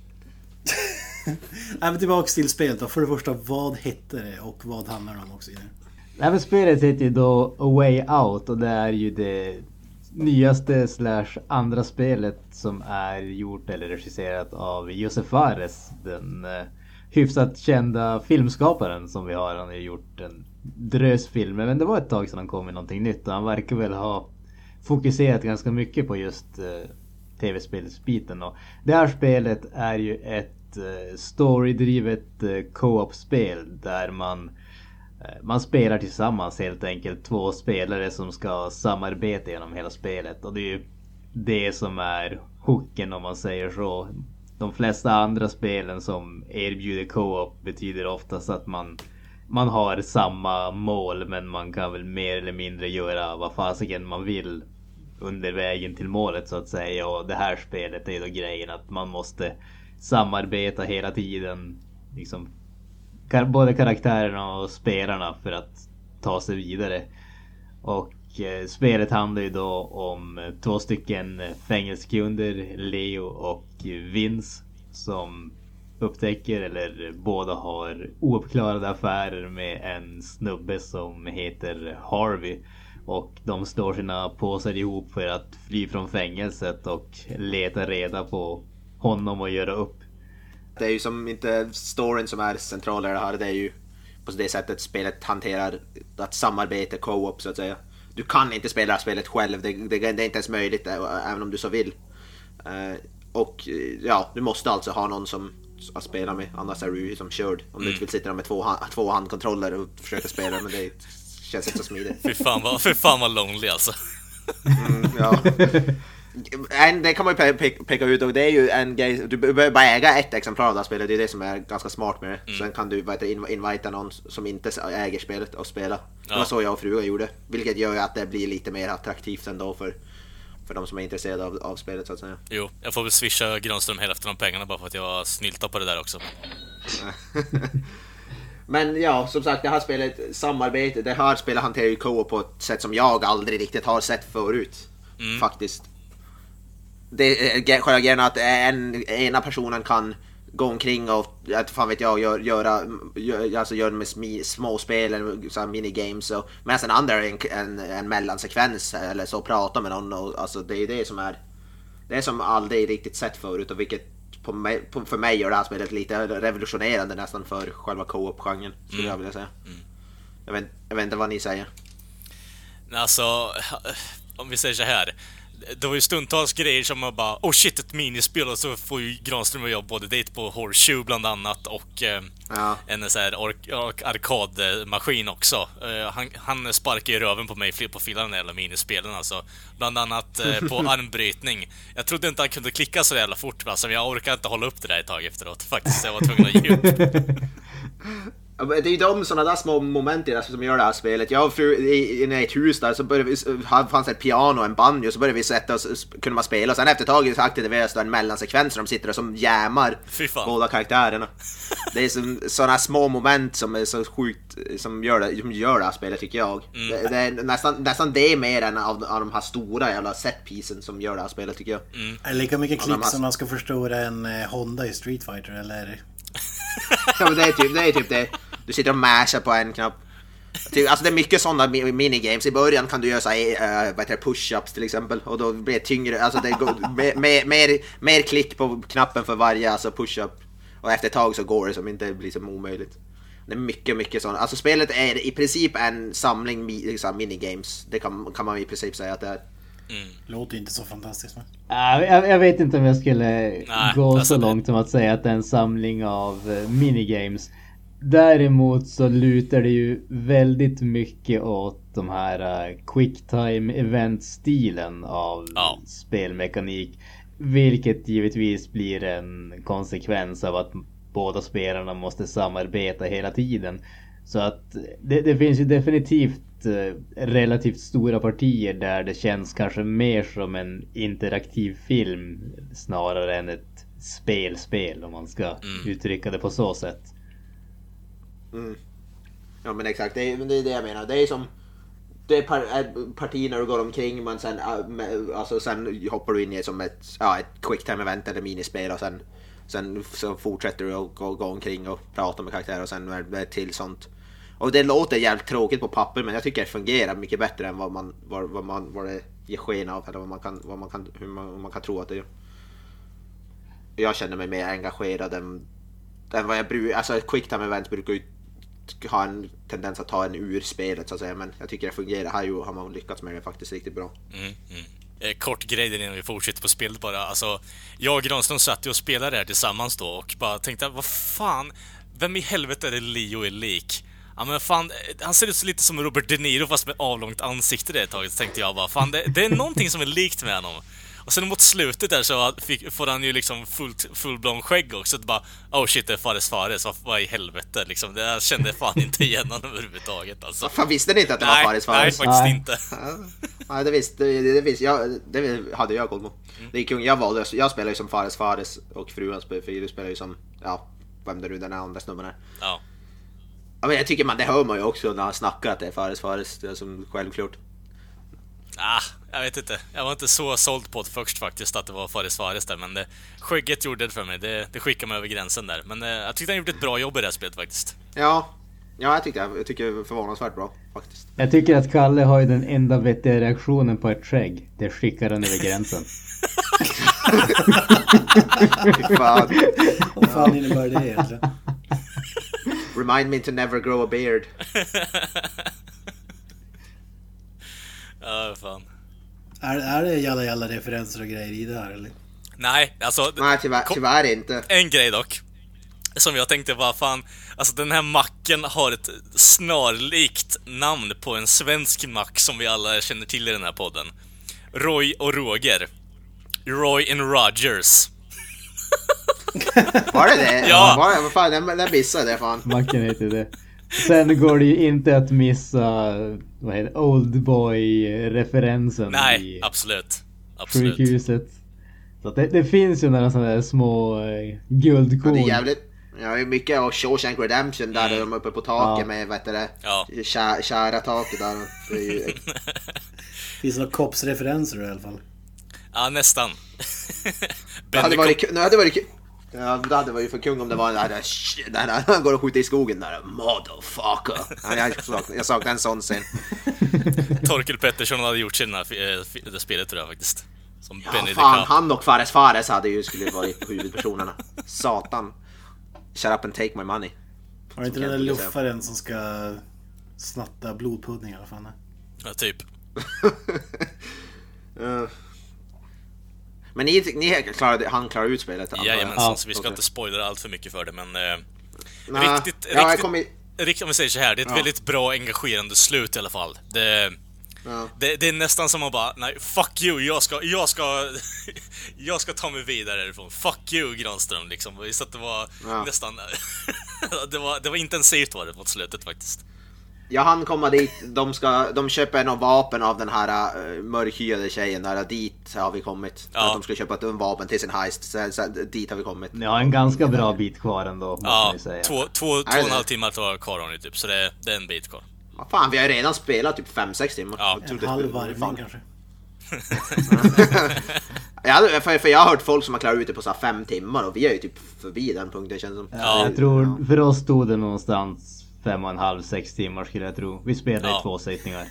Men tillbaka till spelet då. För det första, vad hette det och vad handlar det om också i det? Det här spelet heter ju då A Way Out, och det är ju det nyaste / andra spelet som är gjort eller regisserat av Josef Fares, den hyfsat kända filmskaparen som vi har. Han har gjort en drös filmer, men det var ett tag sedan han kom med någonting nytt, och han verkar väl ha fokuserat ganska mycket på just tv-spelsbiten. Och det här spelet är ju ett storydrivet co-op-spel där man spelar tillsammans helt enkelt, 2 spelare som ska samarbeta genom hela spelet, och det är ju det som är hooken om man säger så. De flesta andra spelen som erbjuder co-op betyder oftast att man har samma mål, men man kan väl mer eller mindre göra vad fasiken man vill under vägen till målet så att säga. Och det här spelet är då grejen att man måste samarbeta hela tiden, liksom både karaktärerna och spelarna, för att ta sig vidare. Och spelet handlar ju då om 2 stycken fängelsekunder, Leo och Vince, som upptäcker, eller båda har ouppklarade affärer med en snubbe som heter Harvey. Och de slår sina påsar ihop för att fly från fängelset och leta reda på honom och göra upp. Det är ju som inte storyn som är central i det här, det är ju på det sättet spelet hanterar att samarbete, co-op så att säga. Du kan inte spela spelet själv, det är inte ens möjligt även om du så vill. Och ja, du måste alltså ha någon som att spela med, annars är du som körd. Om du inte vill sitta med två handkontroller och försöka spela, men det känns inte så smidigt. Fy fan vad lonely alltså. Ja. Det kan man ju peka ut, och det är ju en grej, du behöver bara äga ett exemplar av det här spelet, det är det som är ganska smart med det. Sen kan du invita någon som inte äger spelet och spela. Det var så jag och frugan gjorde, vilket gör ju att det blir lite mer attraktivt ändå för de som är intresserade av spelet så att säga. Jo, jag får väl swisha Granström hälften av pengarna bara för att jag snyltar på det där också. Men ja, som sagt, det här spelet, samarbete, det här spelet hanterar ju co-op på ett sätt som jag aldrig riktigt har sett förut. Faktiskt. Det är själva grejen att ena personen kan gå omkring och, fan vet jag, göra med små spel eller så här minigames, medan den andra är en mellansekvens eller så, prata med någon, och alltså det är det som är det som aldrig riktigt sett förut, och vilket för mig gör det här spelet lite revolutionerande nästan för själva co-op-genren, skulle jag vilja säga. Jag vet inte vad ni säger. Alltså, om vi säger så här, det var ju stundtals grejer som man bara, oh shit, ett minispel, och så får ju Granström och jag både date på Horseshoe bland annat och en så här arkadmaskin också. Han sparkar ju röven på mig på filan när det gäller minispelen alltså. Bland annat på armbrytning. Jag trodde inte han kunde klicka så jävla fort, alltså, men jag orkar inte hålla upp det där ett tag efteråt faktiskt. Jag var tvungen att ge upp. Det är ju de sådana där små moment som gör det här spelet. Jag och fru i ett hus där, så började vi, fanns ett piano och en banjo, så började vi sätta oss, kunde man spela, och sen efter ett tag aktiveras en mellansekvens där de sitter och som jämmar båda karaktärerna. Det är sådana små moment som är så sjukt, som gör det här spelet, tycker jag. Det är nästan det mer än av de här stora jävla setpiecen som gör det här spelet, tycker jag. Är det lika mycket klick som man ska förstora en Honda i Street Fighter, eller? Ja, men det är typ det. Du sitter och mashar på en knapp. Alltså det är mycket sådana minigames. I början kan du göra så här, push-ups till exempel, och då blir det tyngre. Alltså det går mer klick på knappen för varje, alltså push-up. Och efter ett tag så går det som inte blir som omöjligt. Det är mycket sådana. Alltså spelet är i princip en samling minigames. Det kan man i princip säga att det är. Låter inte så fantastiskt, va? Jag vet inte om jag skulle gå så långt som att säga att det är en samling av minigames. Däremot så lutar det ju väldigt mycket åt de här quick time event-stilen av spelmekanik. Vilket givetvis blir en konsekvens av att båda spelarna måste samarbeta hela tiden. Så att det finns ju definitivt relativt stora partier där det känns kanske mer som en interaktiv film snarare än ett spel om man ska uttrycka det på så sätt. Ja, men exakt, det är det jag menar. Det är som det är partier när du går omkring, men sen hoppar du in i som ett quick time event eller minispel, och sen så fortsätter du att gå omkring och prata med karaktärer, och sen är det till sånt. Och det låter jävligt tråkigt på papper, men jag tycker det fungerar mycket bättre än vad det ger sken av, eller hur man kan tro att det gör. Jag känner mig mer engagerad än vad jag brukar. Alltså ett quick time event brukar ju ha en tendens att ta en ur spelet så att säga, men jag tycker det fungerar. Här har man lyckats med det faktiskt riktigt bra. Kort grej innan vi fortsätter på spelet bara. Alltså, jag och Granström satt och spelade här tillsammans då och bara tänkte, vad fan, vem i helvete är det Leo är lik? Ja, men fan, han ser ut lite som Robert De Niro fast med avlångt ansikte det taget. Så tänkte jag bara, fan, det är någonting som är likt med honom. Och sen mot slutet där så får han ju liksom fullblom skägg också. Det bara, oh shit, det är Fares. Vad i helvete liksom. Jag kände fan inte igen honom överhuvudtaget alltså. Fan, visste ni inte att det var Fares? Nej, faktiskt inte. Nej, det visste det hade jag koll på. Det är kung, jag spelar ju som Fares och frugan spelar ju som, vem det nu den andra snubben är. Ja. Ja, men jag tycker det hör man ju också när han snackar att det är Fares, det är som självklart. Jag vet inte. Jag var inte så såld på det först faktiskt, att det var Fares där, men skägget gjorde det för mig. Det skickade mig över gränsen där. Men jag tyckte han gjorde ett bra jobb i det här spelet faktiskt. Ja, jag tycker det är förvånansvärt bra faktiskt. Jag tycker att Kalle har ju den enda vettiga reaktionen på ett skägg. Det skickar den över gränsen. Vad fan innebär det egentligen? Remind me to never grow a beard. Ja, fan. Är det alla referenser och grejer i det här eller? Nej, alltså... Nej, tyvärr inte. En grej dock. Som jag tänkte var fan... Alltså den här macken har ett snarlikt namn på en svensk mack som vi alla känner till i den här podden. Roy och Roger. Roy and Rogers. Var det? Ja. Vad fan, den missade jag fan. Macken heter det. Sen går det ju inte att missa Oldboy-referensen. Nej, i absolut. sjukhuset. Så att det finns ju några sådana där små guldkorn. Ja, det är jävligt. Ja, det är mycket av Shawshank Redemption där de är uppe på taket med, vad heter det? Ja. Kära taket där. Det är ju... Finns det några Cops-referenser i alla fall? Ja, nästan. Det hade varit Ja, det hade varit för kung om det var där han går och skjuter i skogen där. Motherfucker. Jag saknar en sån scen. Torkel Pettersson hade gjort sina det spelet tror jag faktiskt. Som Ja, Benny fan, han och Fares hade ju skulle varit huvudpersonerna. Satan. Shut up and take my money. Har inte den där luffaren som ska snatta blodpudding i alla fall? Ja, typ. Men han klarar ut spelet. Jajamensan, så vi ska inte spoila allt för mycket för det, men riktigt om vi säger så här, det är ett väldigt bra engagerande slut i alla fall. Det är nästan som att bara, nej, fuck you, jag ska ta mig vidare härifrån. Fuck you, Granström, liksom. Så att det var nästan det var intensivt var det mot slutet faktiskt. Ja, han kommer dit, de köper någon vapen av den här mörkhyade tjejen där, dit har vi kommit. Ja. Att de ska köpa ett vapen till sin heist, så dit har vi kommit. Ja, en ganska bra bit kvar ändå, måste man säga. Två och en halv timme kvar har ni typ, så det är en bit kvar. Ja, fan, vi har redan spelat typ 5-6 timmar. Ja, en halv varvning kanske. Ja, för jag har hört folk som har klarat ut det på så här 5 timmar och vi är ju typ förbi den punkten, känns som. Ja, jag tror för oss stod det någonstans 5,5-6 timmar skulle jag tro. Vi spelade i 2 sittningar.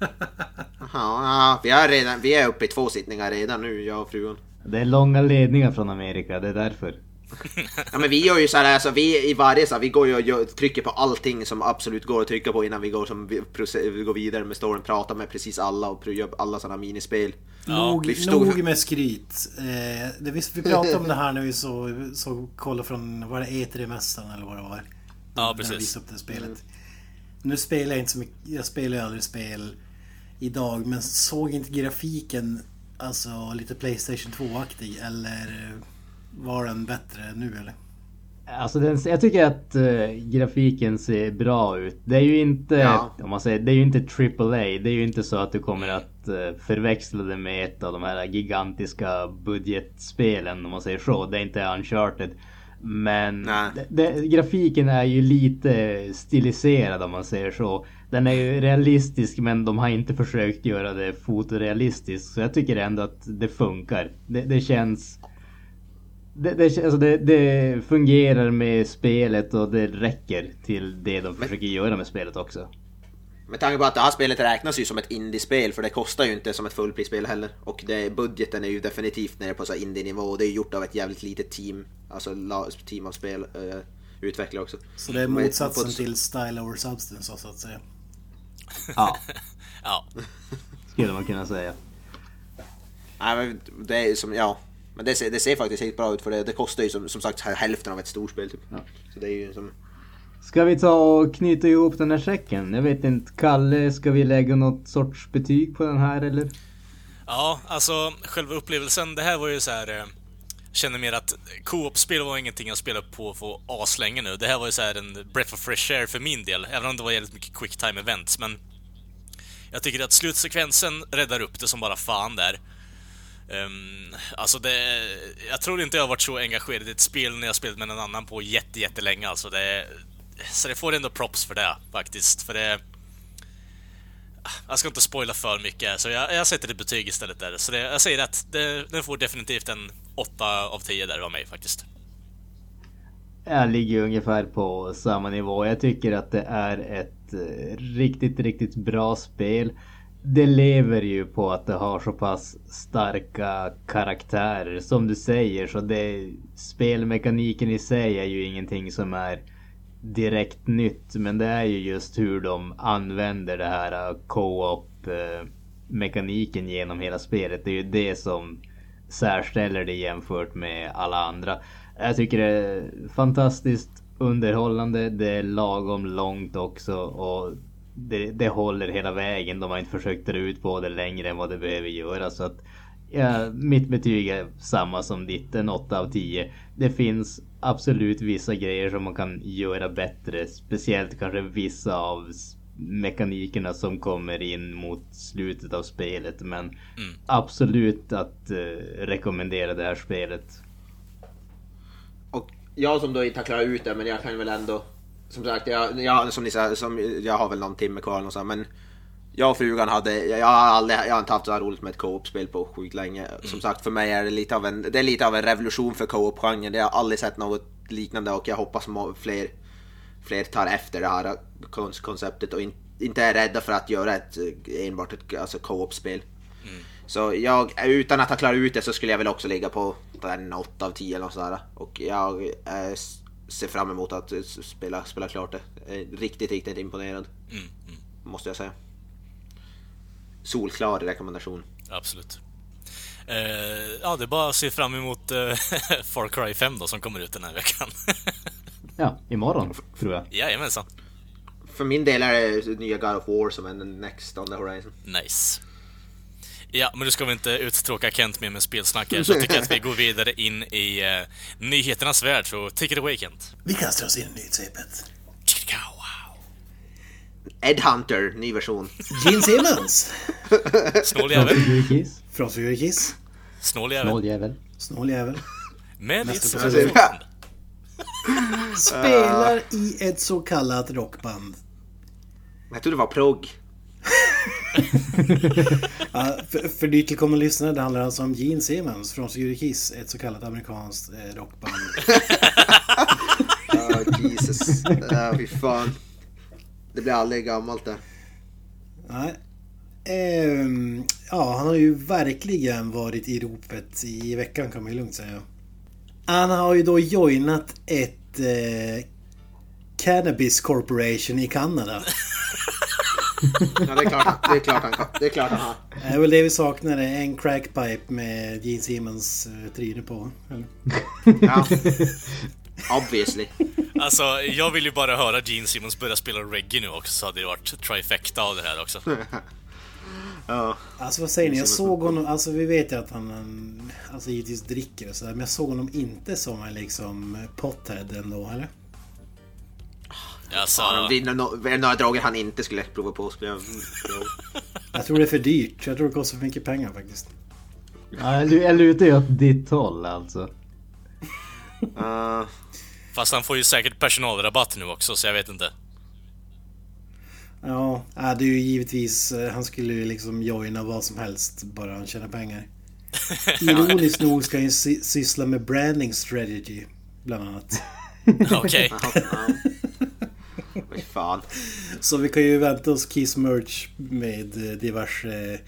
Ja, vi är uppe i 2 sittningar redan nu, jag och frugan. Det är långa ledningar från Amerika, det är därför. Ja, men vi gör ju så här, alltså vi i varje så här, vi går ju och trycker på allting som absolut går att trycka på innan vi går vidare med storyn, pratar med precis alla och gör alla sådana minispel. Nog med skryt. Vi pratade om det här när vi så kollade från, var det E3-mästaren eller vad det var? Ja, precis. Upp det spelet. Nu spelar jag inte så mycket, jag spelar ju aldrig spel idag, men såg inte grafiken alltså lite PlayStation 2-aktig, eller var den bättre nu eller? Alltså jag tycker att grafiken ser bra ut. Det är ju inte, om man säger, det är ju inte AAA. Det är ju inte så att du kommer att förväxla det med ett av de här gigantiska budgetspelen, om man säger så. Det är inte Uncharted. Men grafiken är ju lite stiliserad, om man säger så. Den är ju realistisk, men de har inte försökt göra det fotorealistiskt. Så jag tycker ändå att det funkar. Det känns... Det fungerar med spelet och det räcker till det de försöker göra med spelet också. Med tanke på att det här spelet räknas ju som ett indie-spel, för det kostar ju inte som ett fullprisspel heller. Och budgeten är ju definitivt nere på så indie-nivå, och det är gjort av ett jävligt litet team. Alltså team av spel utvecklare också. Så det är motsatsen till Style over Substance, så att säga. Ja. Ja. Skulle man kunna säga. Nej, men det är som, men det ser faktiskt helt bra ut, för det kostar ju som sagt hälften av ett storspel typ. Så det är ju som... Ska vi ta och knyta ihop den här säcken? Jag vet inte, Kalle, ska vi lägga något sorts betyg på den här eller? Ja, alltså själva upplevelsen, det här var ju så här. Känner mer att co-op-spel var ingenting jag spelade på för aslänge nu. Det här var ju så här en breath of fresh air för min del, även om det var jävligt mycket quick time events, men jag tycker att slutsekvensen räddar upp det som bara fan där. Alltså jag tror inte jag har varit så engagerad i ett spel när jag spelat med någon annan på jättelänge, alltså så det får ändå props för det faktiskt, för det, jag ska inte spoila för mycket, så jag sätter ett betyg istället där, så jag säger att den får definitivt en 8 av 10 där av mig faktiskt. Jag ligger ungefär på samma nivå. Jag tycker att det är ett riktigt bra spel. Det lever ju på att det har så pass starka karaktärer, som du säger, så spelmekaniken i sig är ju ingenting som är direkt nytt, men det är ju just hur de använder det här co-op mekaniken genom hela spelet. Det är ju det som särställer det jämfört med alla andra. Jag tycker det är fantastiskt underhållande. Det är lagom långt också och det håller hela vägen. De har inte försökt dra ut på det längre än vad det behöver göra, så att mitt betyg är samma som ditt, en 8 av 10. Det finns absolut vissa grejer som man kan göra bättre, speciellt kanske vissa av mekanikerna som kommer in mot slutet av spelet, men absolut att rekommendera det här spelet. Och jag som då inte har klarat ut det, men jag kan väl ändå, som sagt, jag som ni sa, jag har väl någon timme kvar och så, men jag och frugan jag har inte haft så här roligt med ett co-op-spel på sjukt länge. Som sagt, för mig är det lite av en revolution för co-op-genren. Jag har aldrig sett något liknande och jag hoppas fler tar efter det här konceptet och inte är rädda för att göra enbart ett co-op-spel. Så jag, utan att ha klarat ut det, så skulle jag väl också ligga på en 8 av 10 eller något sådär. Och jag ser fram emot att spela klart det. Jag är riktigt imponerad. Måste jag säga. Solklar rekommendation. Absolut. Ja, det är bara att se fram emot Far Cry 5 då, som kommer ut den här veckan. Ja, imorgon tror jag. Jajamensan. För min del är det nya God of War som är next on the horizon. Nice. Ja, men nu ska vi inte uttråka Kent med spelsnack här, så jag tycker att vi går vidare in i nyheternas värld, så take it away, Kent. Vi kastar oss in i nyhetssvepet. Ed Hunter, ny version. Gene Simmons. Snåljävel. Från Figurkiss. Snåljävel. Men spelar i ett så kallat rockband. Jag tror det var prog. Ja, för nytillkomna lyssnare, det handlar alltså om Gene Simmons från Figurkiss, ett så kallat amerikanskt rockband. Jesus. Fy fan. Det blir aldrig gammalt där. Nej. Ja, han har ju verkligen varit i ropet i veckan, kan man ju lugnt säga. Han har ju då joinat ett Cannabis Corporation i Kanada. Ja, det är klart han har. Det är väl det vi saknar, en crackpipe med Gene Simmons tryne på. Eller? Ja. Obviously. Alltså, jag vill ju bara höra Gene Simmons börja spela reggae nu också, så hade det varit trifecta av det här också. Ja. Alltså vad säger ni? Jag såg honom, alltså vi vet ju att han alltså givetvis dricker och sådär, men jag såg honom inte som en liksom pothead ändå, eller? Alltså... några droger han inte skulle prova på. Jag tror det är för dyrt. Jag tror det kostar för mycket pengar faktiskt. Ja, jag lutar ju åt ditt håll alltså. Fast han får ju säkert personalrabatt nu också, så jag vet inte. Ja, det är ju givetvis, han skulle ju liksom joina vad som helst bara han tjänar pengar. Ironiskt nog ska han syssla med branding strategy bland annat. Okej. Fan. Så vi kan ju vänta oss Kiss merch med diverse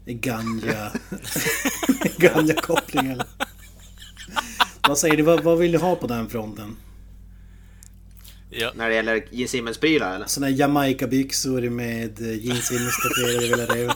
ganja-kopplingar. Vad säger du? Vad vill du ha på den fronten? Ja. När det gäller Gene Simmons prylar eller? Såna Jamaica-byxor med Gene Simmons tatuerade, vill jag det.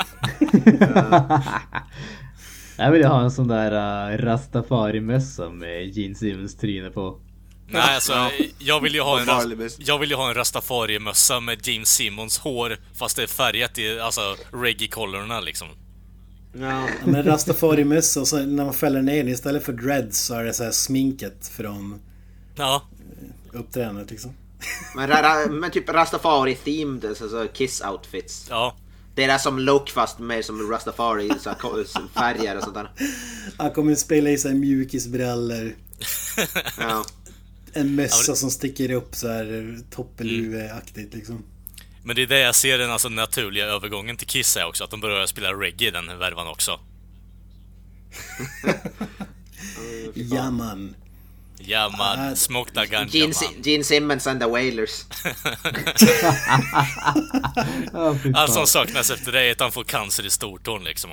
Jag vill ha en sån där Rastafari-mössa med Gene Simmons tryne på. Nej, alltså, jag vill ju ha en Rastafari-mössa med Gene Simmons hår, fast det är färgat i alltså reggae-kollorna liksom. Ja, men Rastafari-mössa, och så när man fäller ner den istället för dreads så är det så här sminket från uppträdandet liksom. Men typ Rastafari-themed, alltså Kiss-outfits. Ja. Det är där som look, fast mer som Rastafari, så färger och sånt där. Han kommer spela i så här mjukisbrallor. Ja. En mössa som sticker upp så här toppelhuve-aktigt liksom. Men det är det jag ser den alltså naturliga övergången till Kiss är också, att de börjar spela reggae i den värvan också. Ja man. Ja man, smoke the ganja man. Gene Simmons and the Wailers. Allt som saknas efter det är att han får cancer i stortån liksom.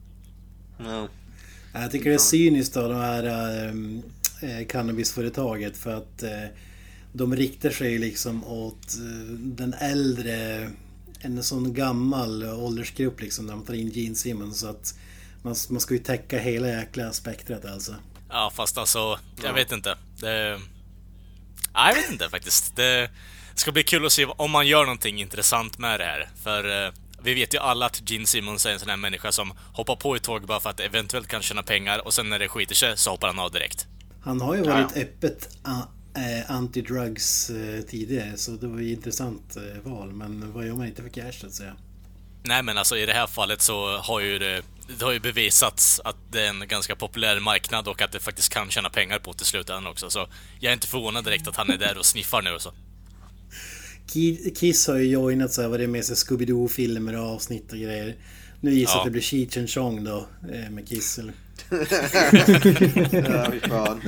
Jag tycker det är cyniskt av de här cannabisföretaget, för att de riktar sig liksom åt den äldre, en sån gammal åldersgrupp liksom, där de tar in Gene Simmons, så att man ska ju täcka hela jäkla spektrat alltså. Ja, fast alltså, jag vet inte. Jag vet inte faktiskt. Det ska bli kul att se om man gör någonting intressant med det här. För vi vet ju alla att Gene Simmons är en sån här människa som hoppar på ett tåg bara för att eventuellt kan tjäna pengar, och sen när det skiter sig så hoppar han av direkt. Han har ju varit öppet anti-drugs tidigare, så det var ju intressant val. Men vad gör man inte för cash, så att säga? Nej, men alltså i det här fallet så har ju det har ju bevisats att det är en ganska populär marknad och att det faktiskt kan tjäna pengar på till slutändan också. Så jag är inte förvånad direkt att han är där och sniffar nu och så. Kiss har ju joinat så här, vad det är med sig Scooby-Doo-filmer och avsnitt och grejer. Nu gissar jag att det blir Cheech and Chong då, med Kiss, eller? Ja, fy fan.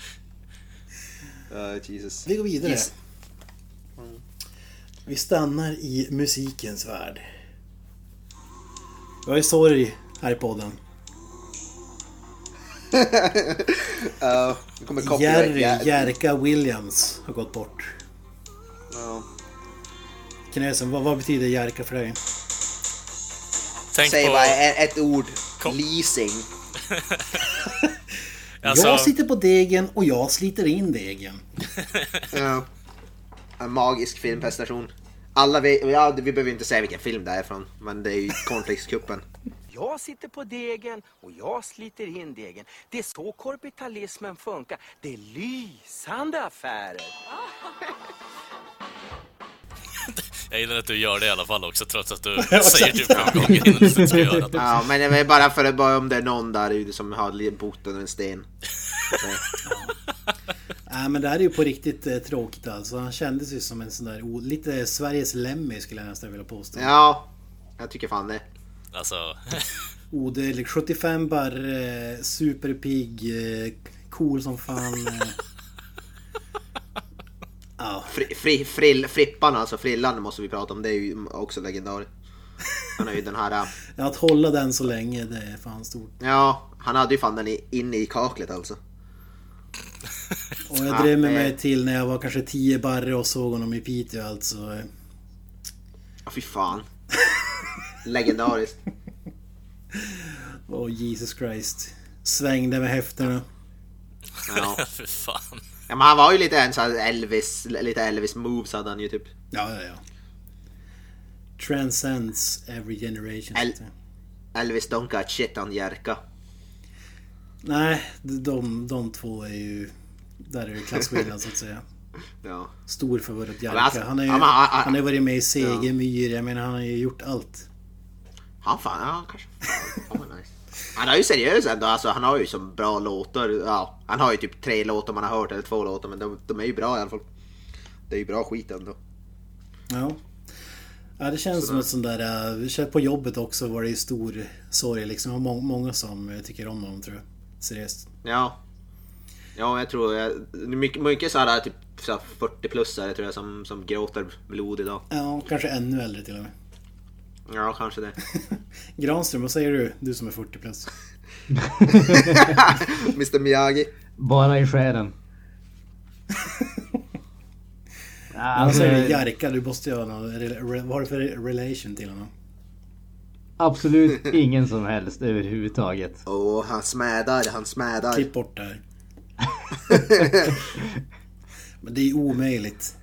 Jesus. Vi går vidare. Yes. Vi stannar i musikens värld. Jag är sorg här i podden. Jerka Williams har gått bort. Knäsen, vad betyder Jerka för dig? Säg på... bara ett ord. Leasing. Alltså... Jag sitter på degen och jag sliter in degen. Ja. En magisk filmprestation. Alla vet, vi behöver inte säga vilken film det är från, men det är ju Cornflakeskuppen. Jag sitter på degen och jag sliter in degen. Det är så korpitalismen funkar. Det är lysande affärer. Jag gillar att du gör det i alla fall också, trots att du säger typ 5 gånger innan du ska göra det. Ja, men det är bara för att om det är någon där ute som har bott under en sten. Nej, men det här är ju på riktigt tråkigt alltså. Han kändes ju som en sån där lite Sveriges Lemmy, skulle jag nästan vilja påstå. Ja, jag tycker fan det. Alltså... Odödlig, 75 barre, superpigg, cool som fan. Ja. Frippan, alltså Frillan måste vi prata om. Det är ju också legendariskt. Han är ju den här... Ja, att hålla den så länge, det är fan stort. Ja, han hade ju fan den inne i kaklet alltså. Och jag drev med mig till när jag var kanske 10 barre och såg honom i Piteå alltså. Ja, fy fan. Legendariskt. Jesus Christ. Svängde med häfterna. Ja. För fan. Ja, men han var ju lite en sån lite Elvis moves hade han ju typ. Ja. Transcends every generation. Elvis don't got shit on Jerka. Nej, de två är ju... Där är det klassskillnad så att säga. Ja. Stor favorit Jerka. Alltså, han har ju varit med i Segemyr. Jag menar, han har ju gjort allt. Han kanske. Nice. Han är ju seriös ändå. Alltså, han har ju som bra låtar. Ja, han har ju typ 3 låtar man har hört, eller 2 låtar, men de är ju bra i alla fall. Det är ju bra skit ändå. Ja, det känns som ett sånt där... På jobbet också var det ju stor sorg liksom. Det var många som tycker om honom, tror jag. Seriöst. Ja, jag tror mycket så här typ så 40-plussare tror jag som gråter blod idag. Ja, kanske ännu äldre till och med. Ja, kanske det. Granström, vad säger du? Du som är 40 plus. Mr. Miyagi. Bara i själen. Vad säger du, Jerka? Du måste ju ha någon... Vad har du för relation till honom? Absolut ingen som helst överhuvudtaget. Han smädar. Klipp bort där. Men det är omöjligt.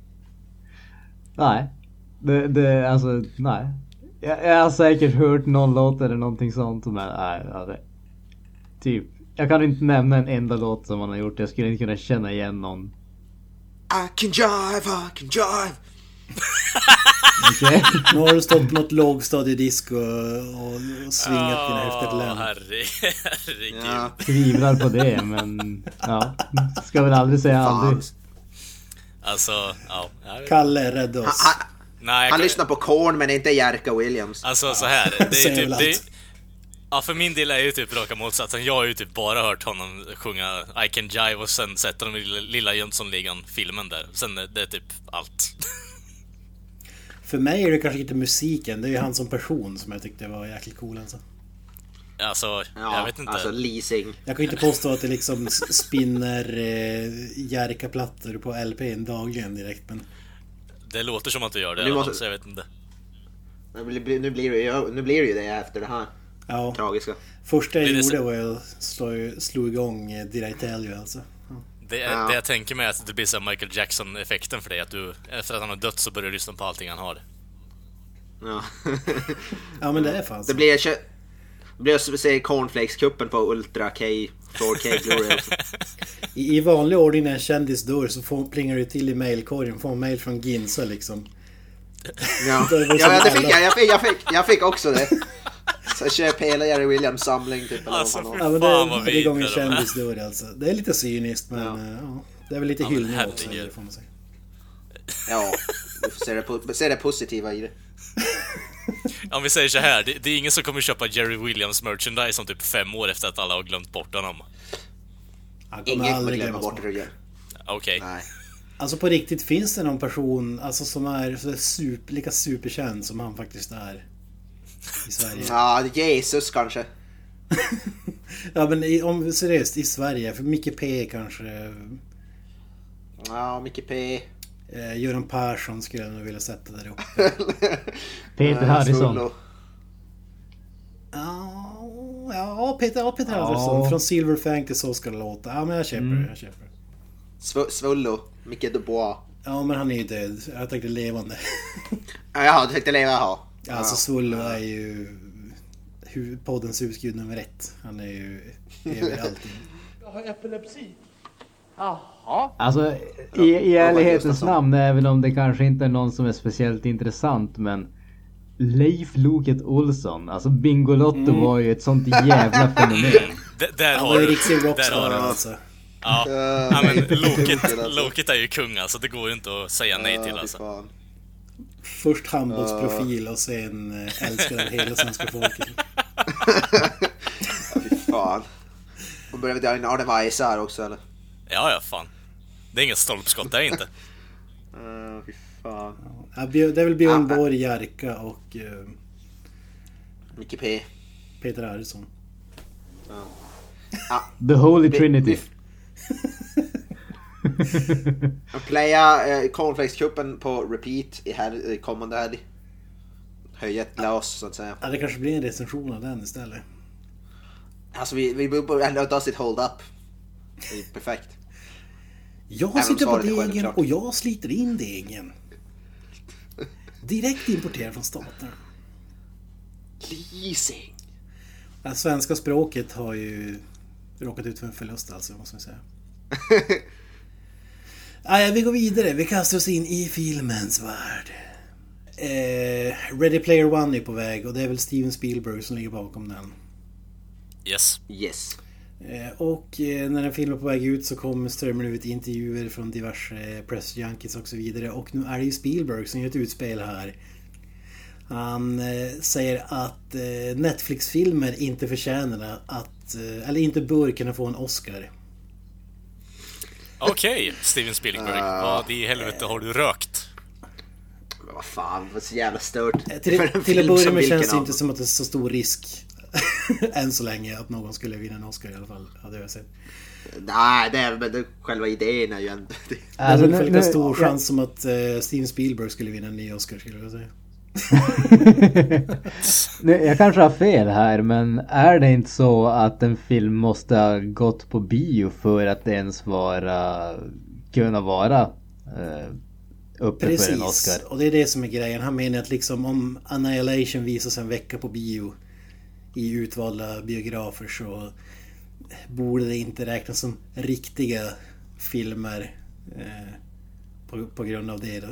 Nej. Alltså, nej. Jag har säkert hört någon låt eller någonting sånt som typ. Jag kan inte nämna en enda låt som man har gjort. Jag skulle inte kunna känna igen någon. I can jive. Okay. Nu har du stått på något lågstadiedisco och svingat dina häfter län. Herregud. Ja. Tvivlar på det, men ja. Ska väl aldrig säga aldrig. Alltså, ja. Kalle, rädda oss. Nej, han lyssnar på Korn, men inte Jerka Williams. Alltså så här, det är typ ja, för min del är ju typ raka motsatsen. Jag har ju typ bara hört honom sjunga I Can Jive och sen sätter de lilla Jönssonligan-filmen där. Sen det är typ allt. För mig är det kanske inte musiken, det är ju han som person som jag tyckte var jäkligt cool alltså. Alltså, jag vet inte. Alltså leasing. Jag kan inte påstå att det liksom spinner Jerka-plattor på LP:n dagligen direkt, men... Det låter som att du gör det, så jag vet inte. Nu blir det ju det efter det här. Ja. Tragiska. Första jag gjorde var att slå igång Did I Tell You, alltså. Det jag tänker mig att det blir så Michael Jackson-effekten för dig, att du, efter att han har dött, så börjar du lyssna på allting han har. Ja. Ja, men det är fan så. Det blir att se Cornflakes-kuppen på Ultra K 4K Blu-ray. I vanlig ordning när en kändis dör så plingar det till i mailkorgen. Får en mail från Ginza liksom. Ja, jag fick också det. Så jag köper hela Jerry Williams samling typ. Alltså, ja, men det är gången kändis dör alltså. Det är lite cyniskt, men ja, det är väl lite hyllning också, det får man säga. Ja, du får se det positiva i det. Om vi säger så här, det är ingen som kommer köpa Jerry Williams merchandise om typ 5 år efter att alla har glömt bort honom. Ingen kommer glömma bort det igen. Okej. Nej. Alltså på riktigt, finns det någon person alltså, som är lika superkänd som han faktiskt är i Sverige? Ja, Jesus kanske. Ja, men om seriöst, i Sverige, för Micke P kanske. Ja, Micke P. Göran Persson skulle jag nog vilja sätta där uppe. Peter Harrison. Ja, Peter Harrison. Från Silverfang till Så ska det låta. Ja, men jag köper det. Svullo. Micke Dubois. Ja, men han är ju död. Jag tänkte levande. Jaha, du tänkte leva, jaha. Ja, alltså Svullo är ju poddens husgud nummer 1. Han är ju över allting. Jag har epilepsi. Alltså, i ärlighetens namn, även om det kanske inte är någon som är speciellt intressant, men Leif Loket Olsson, alltså Bingolotto var ju ett sånt jävla fenomen. Där har du. Där har du alltså. Ja, men Loket är ju kung, alltså. Det går ju inte att säga nej till, alltså. Först handbollsprofil och sen älskar av hela svenska folket. Fy fan. Och börjar vi dra in Arne Weise här också, eller? Ja, fan. Det är ingen stolpskott, det är inte. Fy fan. Ja, det är väl Björn Borg, Jerka och Micke P. Peter Harrison. The Holy Trinity. Playa Cornflakes-kuppen på repeat i kommande helg. Höj ett glas, så att säga. Ja, det kanske blir en recension av den istället. Alltså vi borde does it hold up. Det är perfekt. Jag sitter på degen och jag sliter in degen. Direkt importerad från staterna. Leasing. Det svenska språket har ju råkat ut för en förlust, alltså, måste man säga. Vi går vidare. Vi kastar oss in i filmens värld. Ready Player One är på väg, och det är väl Steven Spielberg som ligger bakom den. Yes. Och när den filmen är på väg ut så kommer strömmen ut intervjuer från diverse pressjunkies och så vidare. Och nu är det ju Spielberg som gör ett utspel här. Han säger att Netflix-filmer inte förtjänar att, eller inte bör kunna få en Oscar. Okej, Steven Spielberg. Vad i helvete har du rökt? Vad fan, vad så jävla stört. Till att börja med känns det inte som att det är så stor risk än så länge att någon skulle vinna en Oscar i alla fall, hade jag sett. Nej, det är själva idén är ju en... Det är väl lika stor chans som att Steven Spielberg skulle vinna en ny Oscar, skulle jag säga. Jag kanske har fel här, men är det inte så att en film måste ha gått på bio för att det ens kunna vara uppe för en Oscar? Och det är det som är grejen. Han menar att liksom om Annihilation visas en vecka på bio i utvalda biografer så borde det inte räknas som riktiga filmer på grund av det då.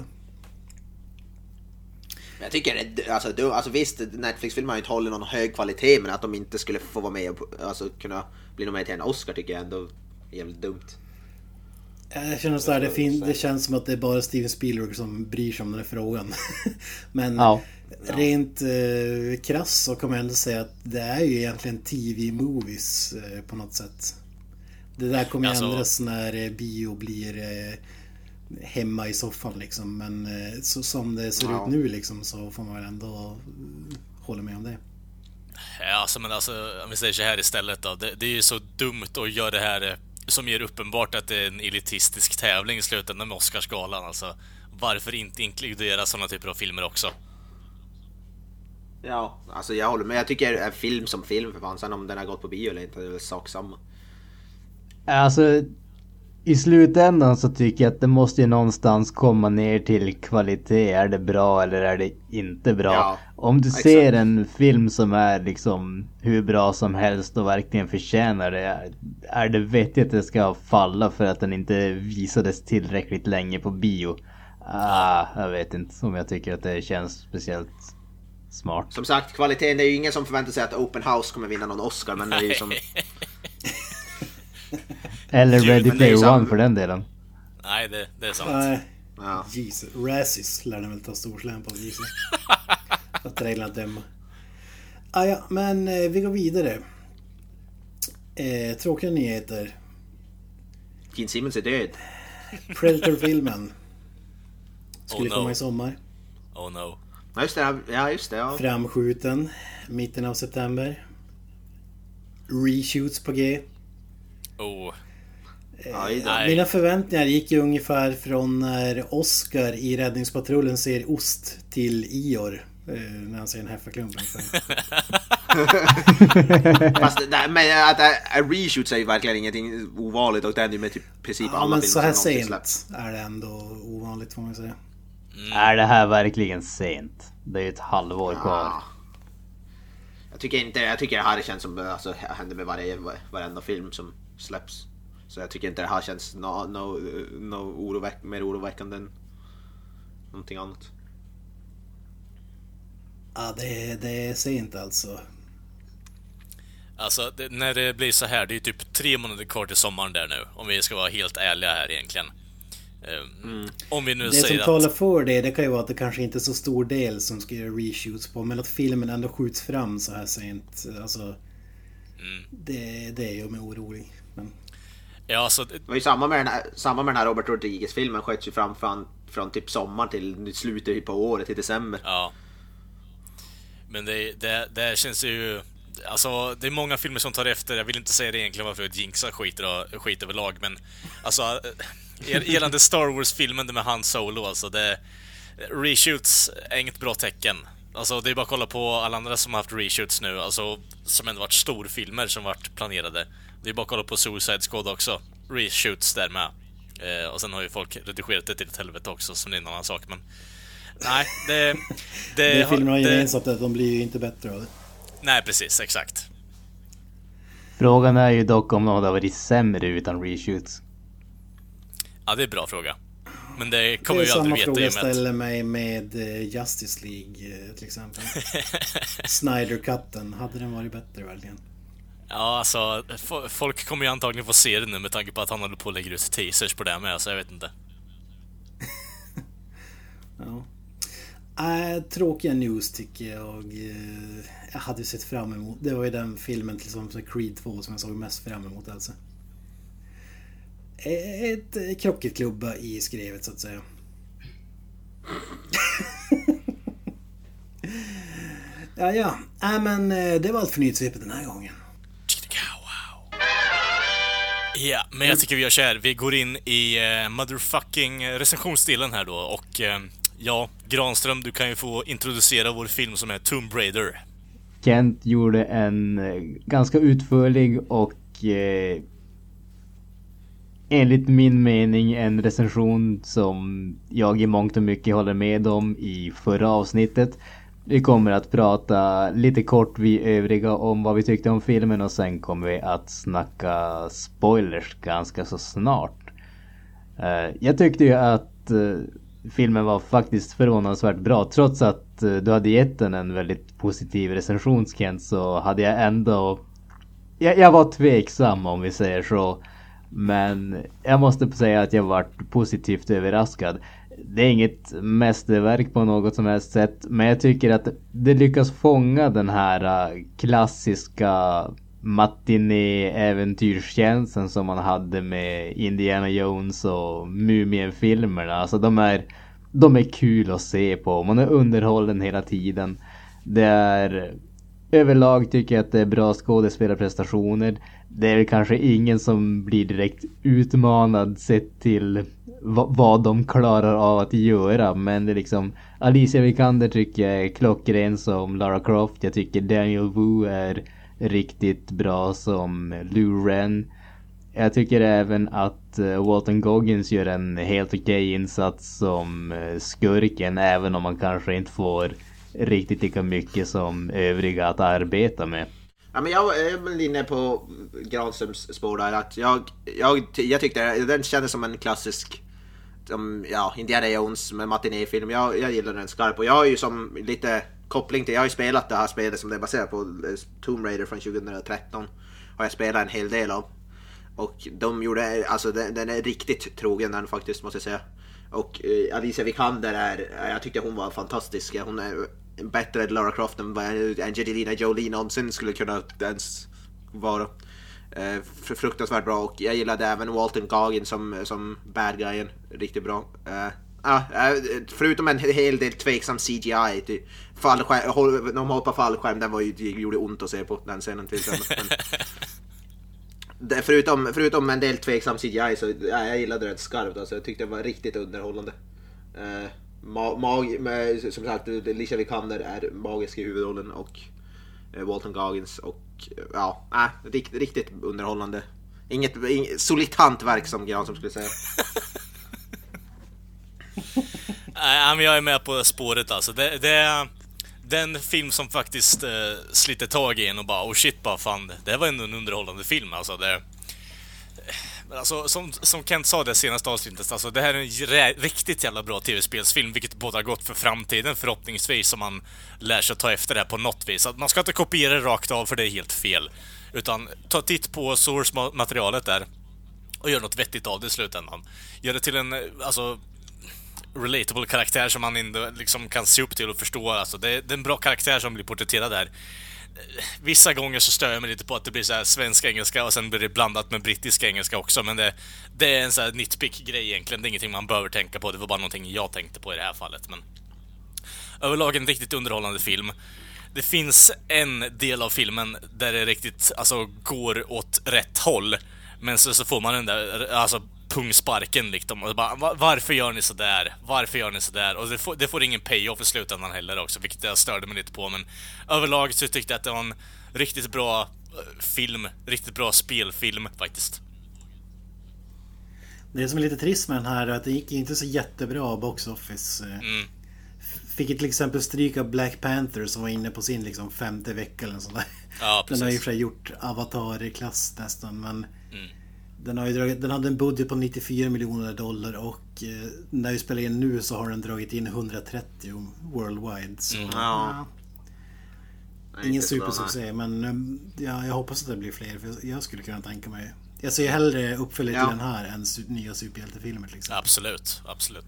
Jag tycker alltså visst, Netflix-filmer har ju inte hållit någon hög kvalitet, men att de inte skulle få vara med och alltså kunna bli nominerade till en Oscar tycker jag ändå är jävligt dumt. Jag känner så här, det känns som att det är bara Steven Spielberg som bryr sig om den här frågan. Men rent krass så kommer jag ändå säga att det är ju egentligen TV-movies på något sätt. Det där kommer ju ändras när bio blir hemma i soffan liksom, men så som det ser ut nu liksom, så får man väl ändå hålla med om det. Alltså, men alltså, om vi säger så här istället då. Det är ju så dumt att göra det här som ger uppenbart att det är en elitistisk tävling i slutändan med Oscarsgalan. Alltså, varför inte inkludera sådana typer av filmer också? Ja, alltså jag håller med. Jag tycker en film som film för fan. Sen om den har gått på bio eller inte, det är väl sak samma. Alltså, i slutändan så tycker jag att det måste ju någonstans komma ner till kvalitet. Är det bra eller är det inte bra? Ja, om du ser en film som är liksom hur bra som helst och verkligen förtjänar det, är det vettigt att det ska falla för att den inte visades tillräckligt länge på bio? Jag vet inte om jag tycker att det känns speciellt smart. Som sagt, kvaliteten, det är ju ingen som förväntar sig att Open House kommer vinna någon Oscar, men det är ju som... Eller Ready Player sam... One för den delen. Nej, det är sant. Nej. Ja. Jesus. Razzies lär den väl ta storslam på Jesus. Att trailern döma. Ja, men vi går vidare. Tråkiga nyheter. Gene Simmons är död. Predator-filmen skulle komma i sommar. Oh no. Ja, just det. Ja. Framskjuten mitten av september. Reshoots på G. Mina förväntningar gick ju ungefär från när Oscar i Räddningspatrullen ser ost till Ior när han ser en heffaklump. Fast, men att reshoots är ju verkligen ingenting ovanligt, och det är ju med typ princip alla men filmer så här som någonsin sent släpps. är det ändå ovanligt, får man säga. Är det här verkligen sent? Det är ju ett halvår kvar. Jag tycker det här känns som alltså, händer med varenda film som släpps. Så jag tycker inte det här känns mer oroväckande än någonting annat. Ja, det är sent alltså. Alltså, när det blir så här, det är ju typ 3 månader kvar till sommaren där nu. Om vi ska vara helt ärliga här egentligen. Om vi nu det säger som talar för det kan ju vara att det kanske inte är så stor del som ska göra reshoots på, men att filmen ändå skjuts fram så här sent. Alltså, det är ju med orolig. Men... Ja, alltså, det var ju samma med den här Robert Rodriguez-filmen, sköts ju fram från typ sommar till slutet på året, till december. Ja. Men det känns ju... Alltså, det är många filmer som tar efter. Jag vill inte säga det egentligen varför jag jinxar skit överlag, men alltså, gällande Star Wars-filmen med Han Solo, alltså reshoots är inget bra tecken. Alltså, det är bara att kolla på alla andra som har haft reshoots nu, alltså, som ändå varit storfilmer som varit planerade. Det är bara att kolla på Suicide Squad också, reshoots där med. Och sen har ju folk redigerat det till ett helvete också, som det är en annan sak, men nej, det filmerna har gemensamt att de blir ju inte bättre av det. Nej, precis, exakt. Frågan är ju dock om något har varit sämre utan reshoots. Ja, det är en bra fråga. Men det kommer vi aldrig veta. Det är samma fråga jag ställer mig med Justice League till exempel. Snyder-cutten, hade den varit bättre verkligen? Ja, alltså, folk kommer ju antagligen få se det nu med tanke på att han håller på att lägga ut teasers på det med, så jag vet inte. Ja. Tråkiga news tycker jag. Jag hade sett fram emot. Det var ju den filmen tillsammans med Creed 2 som jag såg mest fram emot alltså. Ett krocketklubba i skrevet så att säga. Ja. Men det var allt för nyhetssvepet den här gången. Ja, men jag tycker vi gör så här. Vi går in i motherfucking recensionsstilen här då. Och ja, Granström, du kan ju få introducera vår film som är Tomb Raider. Kent gjorde en ganska utförlig och enligt min mening en recension som jag i mångt och mycket håller med om i förra avsnittet. Vi kommer att prata lite kort vi övriga om vad vi tyckte om filmen, och sen kommer vi att snacka spoilers ganska så snart. Jag tyckte ju att filmen var faktiskt förvånansvärt bra. Trots att du hade gett den en väldigt positiv recension, Kent, så hade jag ändå... Jag var tveksam om vi säger så. Men jag måste säga att jag varit positivt överraskad. Det är inget mästerverk på något som helst sätt, men jag tycker att det lyckas fånga den här klassiska matiné-äventyrskänslan som man hade med Indiana Jones och Mumien-filmerna. Alltså de är kul att se på. Man är underhållen hela tiden. Det är överlag tycker jag att det är bra skådespelarprestationer. Det är väl kanske ingen som blir direkt utmanad sett till vad de klarar av att göra. Men det är liksom Alicia Vikander tycker jag är klockren som Lara Croft. Jag tycker Daniel Wu är riktigt bra som Lu Ren. Jag tycker även att Walton Goggins gör en helt okej insats som skurken, även om man kanske inte får riktigt lika mycket som övriga att arbeta med. Ja, men jag är väl inne på Granströms spår där, att jag tyckte den kändes som en klassisk Indiana Jones med matinéfilm. Jag gillar den skarp, och jag har ju som lite koppling till, jag har ju spelat det här spelet som det är baserat på, Tomb Raider från 2013 har jag spelat en hel del av. Och de gjorde, alltså den är riktigt trogen den faktiskt, måste jag säga. Och Alicia Vikander jag tyckte hon var fantastisk. Hon är bättre än Lara Croft än vad Angelina Jolie någonsin skulle kunna ens vara. Fruktansvärt bra. Och jag gillade även Walton Goggins som bad guyen riktigt bra. Förutom en hel del tveksam CGI till de hoppar fallskärm, det gjorde ont att se på den scenen till exempel. Förutom en del tveksam CGI så jag gillade det skarpt, alltså. Jag tyckte det var riktigt underhållande. Som sagt, Alicia Vikander är magisk i huvudrollen, och Walton Goggins, och riktigt underhållande. Inget solitant verk som Gran som skulle säga. Nej, men jag är med på spåret alltså. Det är den film som faktiskt sliter tag i en och bara, oh shit, bara fan, det var ändå en underhållande film alltså. Alltså som Kent sa det senaste avsnittet, alltså det här är en riktigt jävla bra tv-spelsfilm, vilket båda gott för framtiden förhoppningsvis, om man lär sig att ta efter det här på något vis. Att man ska inte kopiera det rakt av, för det är helt fel, utan ta titt på source-materialet där och gör något vettigt av det i slutändan. Gör det till en relatable karaktär som man inte liksom kan se upp till och förstå. Alltså det är en bra karaktär som blir porträtterad där. Vissa gånger så stör jag mig lite på att det blir så här svensk-engelska och sen blir det blandat med brittisk-engelska också, men det är en så här nitpick-grej egentligen. Det är ingenting man behöver tänka på, det var bara någonting jag tänkte på i det här fallet. Men överlag en riktigt underhållande film. Det finns en del av filmen där det riktigt går åt rätt håll, men så får man den där pungsparken liksom, och bara, varför gör ni så där? Varför gör ni så där? Och det får ingen payoff i slutändan heller också, vilket jag störde mig lite på, men överlag så tyckte jag att det var en riktigt bra film, riktigt bra spelfilm faktiskt. Det som är lite trist med den här är att det gick inte så jättebra box office. Fick till exempel stryk av Black Panther som var inne på sin liksom 5:e vecka eller sånt där. Ja, den har ju för sig gjort Avatar i klass nästan, men den hade en budget på $94 miljoner och när vi spelar in nu så har den dragit in 130 worldwide. Så, ingen supersuccé, men jag hoppas att det blir fler, för jag skulle kunna tänka mig. Jag ser hellre uppföljare till den här än nya superhjältefilmer liksom. Absolut.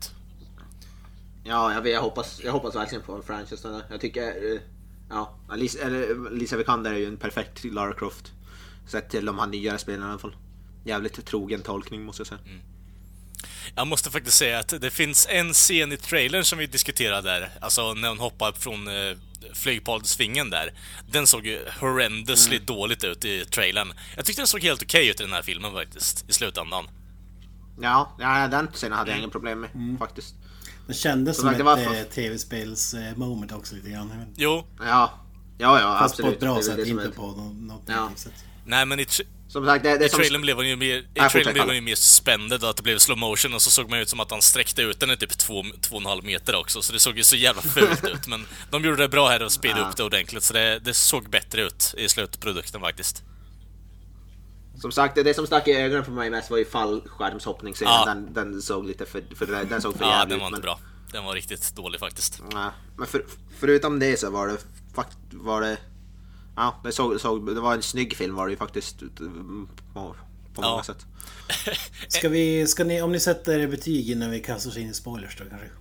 Ja, jag hoppas verkligen på en franchise där. Jag tycker Alicia Vikander är ju en perfekt Lara Croft, sett till de här nya spelarna i alla fall. Jävligt trogen tolkning, måste jag säga. Jag måste faktiskt säga att det finns en scen i trailern som vi diskuterade där, alltså när hon hoppar från flygplansvingen där. Den såg ju horrendously dåligt ut i trailern. Jag tyckte den såg helt okej ut i den här filmen faktiskt, i slutändan. Ja, den scenen hade jag ingen problem med faktiskt. Det kändes som ett tv-spels moment också lite grann. Jo. Ja, fast absolut. Fast på ett bra sätt, inte på något negativt sätt. Nej, men som sagt, i trailern blev han ju mer spändad, att det blev slow motion, och så såg man ut som att han sträckte ut den i typ 2,5 meter också, så det såg ju så jävla fult ut, men de gjorde det bra här och spelade upp det ordentligt, så det såg bättre ut i slutprodukten faktiskt. Som sagt, det som stack i ögonen på mig mest var ju fallskärmshoppningsscenen. Den såg lite för den såg för jävligt. Den var inte bra. Den var riktigt dålig faktiskt. Men förutom det så var det det var en snygg film, var det ju faktiskt på många sätt. Ska ni, om ni sätter betyg innan vi kastar oss in i spoilers då kanske?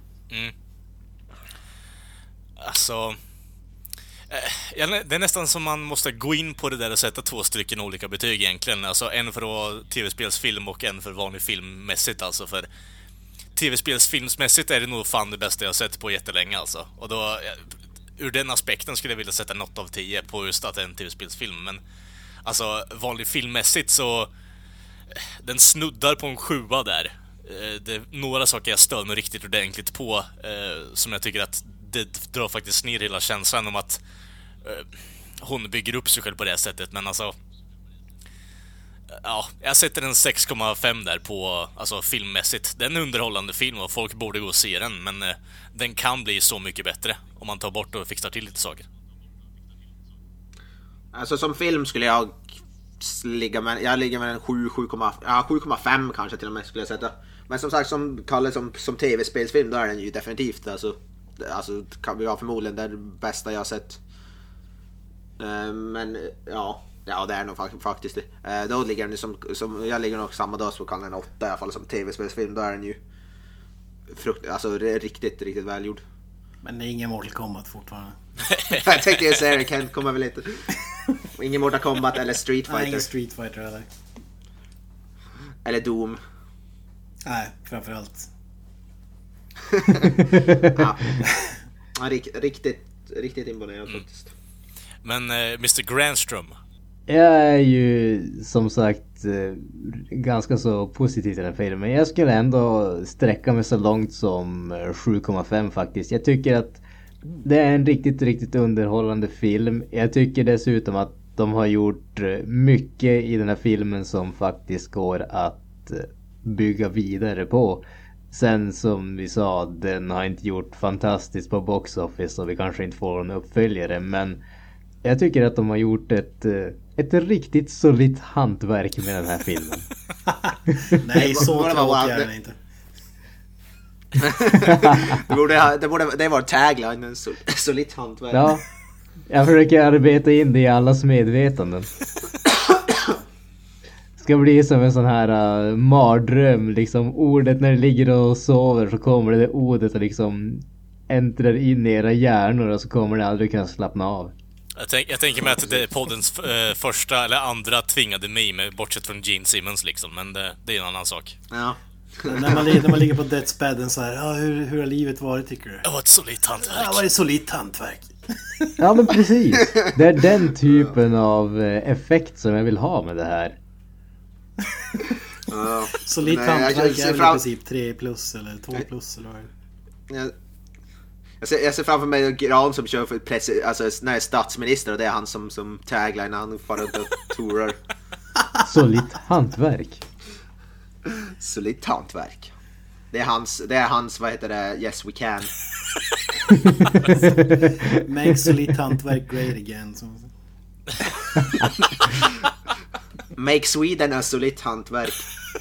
Alltså, det är nästan som man måste gå in på det där och sätta 2 stycken olika betyg egentligen. Alltså en för tv-spelsfilm och en för vanlig filmmässigt, alltså. För tv-spelsfilmsmässigt är det nog fan det bästa jag har sett på jättelänge alltså. Och då ur den aspekten skulle jag vilja sätta en 8 av 10 på just att det är en tv-spelsfilm. Men alltså, vanlig filmmässigt så den snuddar på en 7 där. Det är några saker jag stör mig riktigt ordentligt på, som jag tycker att det drar faktiskt ner hela känslan om att hon bygger upp sig själv på det sättet. Men alltså, ja, jag sätter en 6,5 där på, alltså filmmässigt. Det är en underhållande film och folk borde gå och se den, men den kan bli så mycket bättre om man tar bort och fixar till lite saker. Alltså som film skulle jag ligger med en 7,5 kanske till och med skulle jag sätta. Men som sagt, som Kalle, som tv-spelsfilm, då är den ju definitivt alltså kan vi ha förmodligen det bästa jag har sett. Men ja, det är nog faktiskt det. Då ligger den som jag ligger nog samma dag så kan den 8 i alla fall som tv-spelsfilm. Då är den ju riktigt välgjord. Men det är ingen Mortal Kombat fortfarande. Jag tänkte ju säga det, kan komma väl lite. Ingen Mortal Kombat eller Street Fighter. Nej, ingen Street Fighter eller. Eller Doom. Nej, framförallt. Ja, riktigt imponerad faktiskt. Men Mr. Granström. Jag är ju som sagt ganska så positiv till den filmen. Men jag skulle ändå sträcka mig så långt som 7,5 faktiskt. Jag tycker att det är en riktigt underhållande film. Jag tycker dessutom att de har gjort mycket i den här filmen som faktiskt går att bygga vidare på. Sen som vi sa, den har inte gjort fantastiskt på box office och vi kanske inte får en uppföljare, men jag tycker att de har gjort ett riktigt solitt hantverk med den här filmen. Nej, så tråkig är den inte. det var tagline, solitt hantverk. Ja, jag försöker arbeta in det i allas medvetanden. Ska bli som en sån här mardröm, liksom ordet när det ligger och sover så kommer det ordet och liksom äntrar in i era hjärnor och så kommer det aldrig kunna slappna av. Jag tänker mig att det är poddens första eller andra tvingade meme, bortsett från Gene Simmons liksom, men det är en annan sak. Ja. när man ligger på dödsbädden så här, hur har livet varit tycker du? Det var ett solitt hantverk. Ja, det var ett solitt hantverk. Ja, men precis. Det är den typen av effekt som jag vill ha med det här. Solitt hantverk är väl i princip 3 plus eller 2 plus eller vad. Jag ser framför mig Gran som kör för när är statsminister och det är han som tagline när han far runt och tourar. Solitt hantverk. Solitt hantverk. Det är hans vad heter det? Yes we can. Make solitt hantverk great again. Make Sweden a solitt hantverk.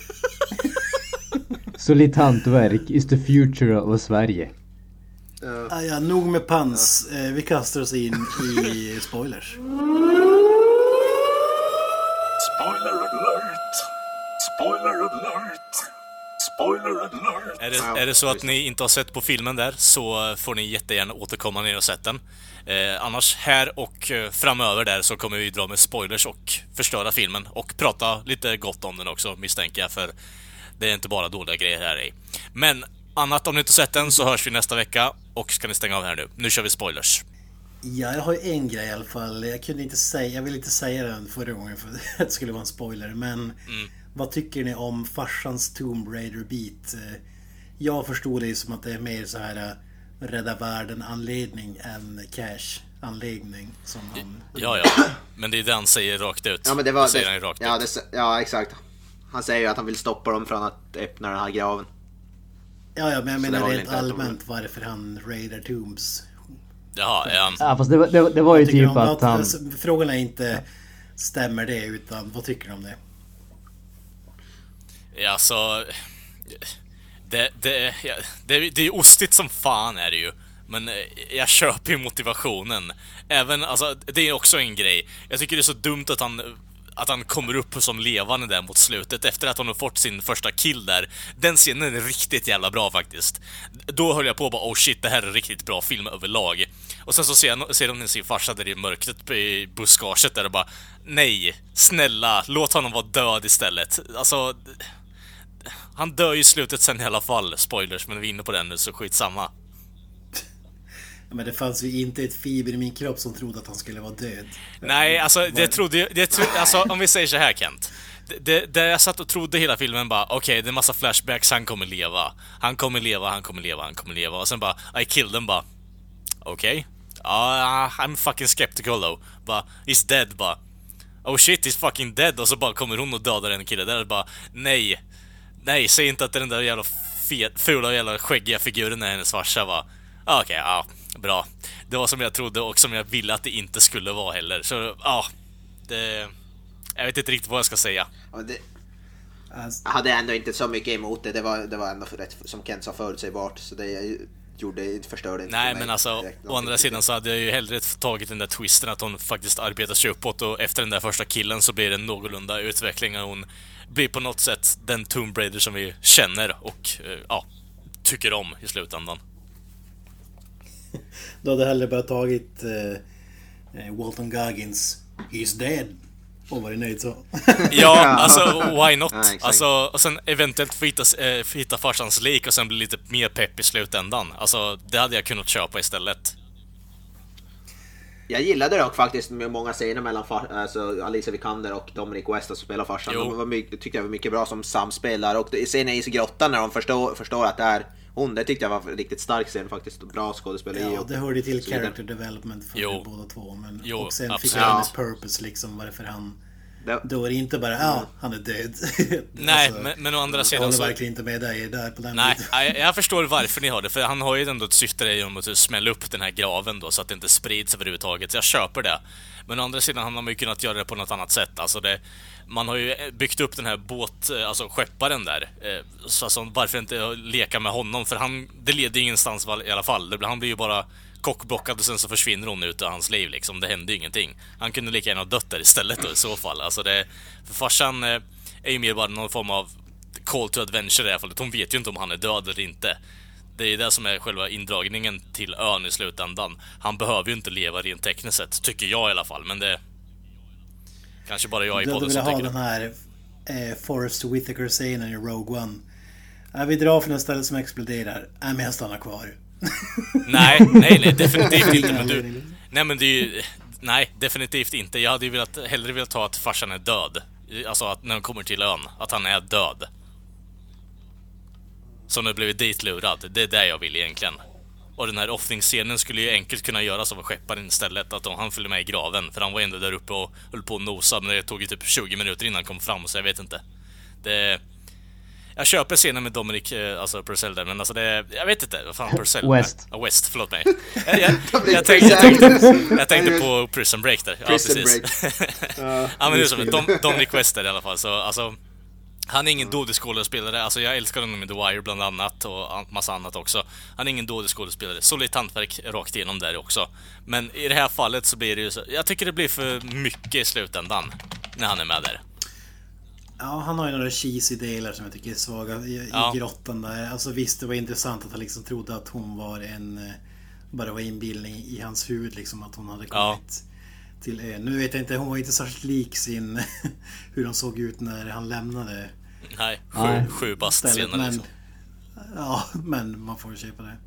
Solitt hantverk is the future of Sverige. Ja, nog med pans. Vi kastar oss in i spoilers. Spoiler alert! Spoiler alert! Spoiler alert! Är det så att ni inte har sett på filmen där, så får ni jättegärna återkomma ner och sett den. Annars här och framöver där så kommer vi dra med spoilers och förstöra filmen och prata lite gott om den också, misstänker jag, för det är inte bara dåliga grejer här i. Men annat, om ni inte sett den så hörs vi nästa vecka och ska ni stänga av här nu. Nu kör vi spoilers. Ja, jag har ju en grej i alla fall. Jag vill inte säga den förra gången för att det skulle vara en spoiler, men vad tycker ni om farsans Tomb Raider beat? Jag förstod det som att det är mer så här rädda världen anledning än cash anläggning som han... Ja, men det är det han säger rakt ut. Ja, men det var säger han rakt ut. Ja, exakt. Han säger ju att han vill stoppa dem från att öppna den här graven. Ja, men jag menar rent allmänt varför han raidar Tombs. Ja, fast det var ju typ att han... Frågan är inte stämmer det, utan vad tycker du om det? Ja, så... Det är ostigt som fan är det ju. Men jag köper ju motivationen. Även, alltså, det är också en grej. Jag tycker det är så dumt att han kommer upp som levande där mot slutet efter att han har fått sin första kill där. Den scenen är riktigt jävla bra faktiskt. Då höll jag på bara, oh shit, det här är riktigt bra film överlag. Och sen så ser de sin farsa där i mörkret i buskaget där och bara, nej, snälla, låt honom vara död istället. Alltså, han dör ju i slutet sen i alla fall, spoilers, men vi är inne på den nu så skitsamma. Men det fanns ju inte ett fiber i min kropp som trodde att han skulle vara död. Nej, alltså alltså om vi säger så här, Kent. Det jag satt och trodde hela filmen bara, okej, det är en massa flashbacks, han kommer leva. Han kommer leva. Och sen bara, I killed him, bara, okej. I'm fucking skeptical though. Bara, he's dead, bara. Oh shit, he's fucking dead. Och så bara kommer hon och dödar en kille där, bara, nej, säg inte att den där jävla fula jävla skäggiga figuren är hennes farsa, va. Okej, bra. Det var som jag trodde och som jag ville att det inte skulle vara heller. Så, jag vet inte riktigt vad jag ska säga. Jag hade ändå inte så mycket emot det. Det var ändå rätt, som Kent sa, förutsägbart. Så det förstörde inte. Nej, men alltså, å andra sidan så hade jag ju hellre tagit den där twisten att hon faktiskt arbetar sig uppåt, och efter den där första killen så blir det en någorlunda utveckling och hon blir på något sätt den Tomb Raider som vi känner och tycker om i slutändan. Du hade hellre bara tagit Walton Goggins He's dead och varit nöjd så. Ja, alltså why not? Ja, alltså, och sen eventuellt hitta farsans lik och sen bli lite mer pepp i slutändan. Alltså, det hade jag kunnat köpa istället. Jag gillade dock faktiskt med många scener mellan alltså Alicia Vikander och Dominic West som spelar farsan. Tyckte jag var mycket bra som samspelare. Och scenen i grottan när de förstår att det är hon, det tyckte jag var riktigt stark scen faktiskt. Bra skådespeleri. Ja, det hörde till character development för båda två. Men och sen fick han hennes purpose liksom, varför han... Då är det inte bara, han är död. Nej, alltså, men å andra sidan jag håller så... verkligen inte med dig där på den. Nej, jag förstår varför ni har det. För han har ju ändå ett syfte genom att smälla upp den här graven då, så att det inte sprids överhuvudtaget. Så jag köper det. Men å andra sidan har man ju kunnat göra det på något annat sätt. Alltså man har ju byggt upp den här skepparen där. Så alltså, varför inte leka med honom? För det leder ingenstans i alla fall. Han blir ju bara kockblockad och sen så försvinner hon ut ur hans liv liksom. Det händer ju ingenting. Han kunde lika gärna ha dött där istället då, i så fall. Alltså för farsan är ju mer bara någon form av call to adventure i det här fallet. Hon vet ju inte om han är död eller inte. Det är det som är själva indragningen till ön i slutändan. Han behöver ju inte leva rent tekniskt sett, tycker jag i alla fall. Men det kanske bara jag i podden som tycker det. Du vill ha den här Forrest Whitaker-scenen i Rogue One. Vi drar från ett ställe som exploderar. Men jag stannar kvar. Nej, definitivt inte. Nej, definitivt inte. Jag hade ju hellre velat ta att farsan är död. Alltså att när han kommer till ön, att han är död. Så nu blivit ditlurad. Det är det jag vill egentligen. Och den här offningsscenen skulle ju enkelt kunna göras av skepparen istället. Att han följde med i graven. För han var ändå där uppe och höll på att nosa. Men det tog ju typ 20 minuter innan han kom fram. Så jag vet inte. Jag köper scenen med Dominic, alltså Purcell där, men alltså jag vet inte, vad fan Purcell? West, förlåt mig. Jag tänkte på Prison Break där. Precis. Ja, men det är som Dominic West där i alla fall, så alltså han är ingen dålig skådespelare. Alltså jag älskar honom i The Wire bland annat och massa annat också. Han är ingen dålig skådespelare. Solitt hantverk rakt igenom där också. Men i det här fallet så blir det ju så, jag tycker det blir för mycket i slutändan när han är med där. Ja, han har ju några cheesy delar som jag tycker är svaga i grottan där. Alltså visst, det var intressant att han liksom trodde att hon var bara var inbildning i hans huvud liksom, att hon hade kommit till ön. Nu vet jag inte, hon var inte särskilt lik sin hur de såg ut när han lämnade. Nej, sju bast senare liksom. Ja, men man får ju köpa det.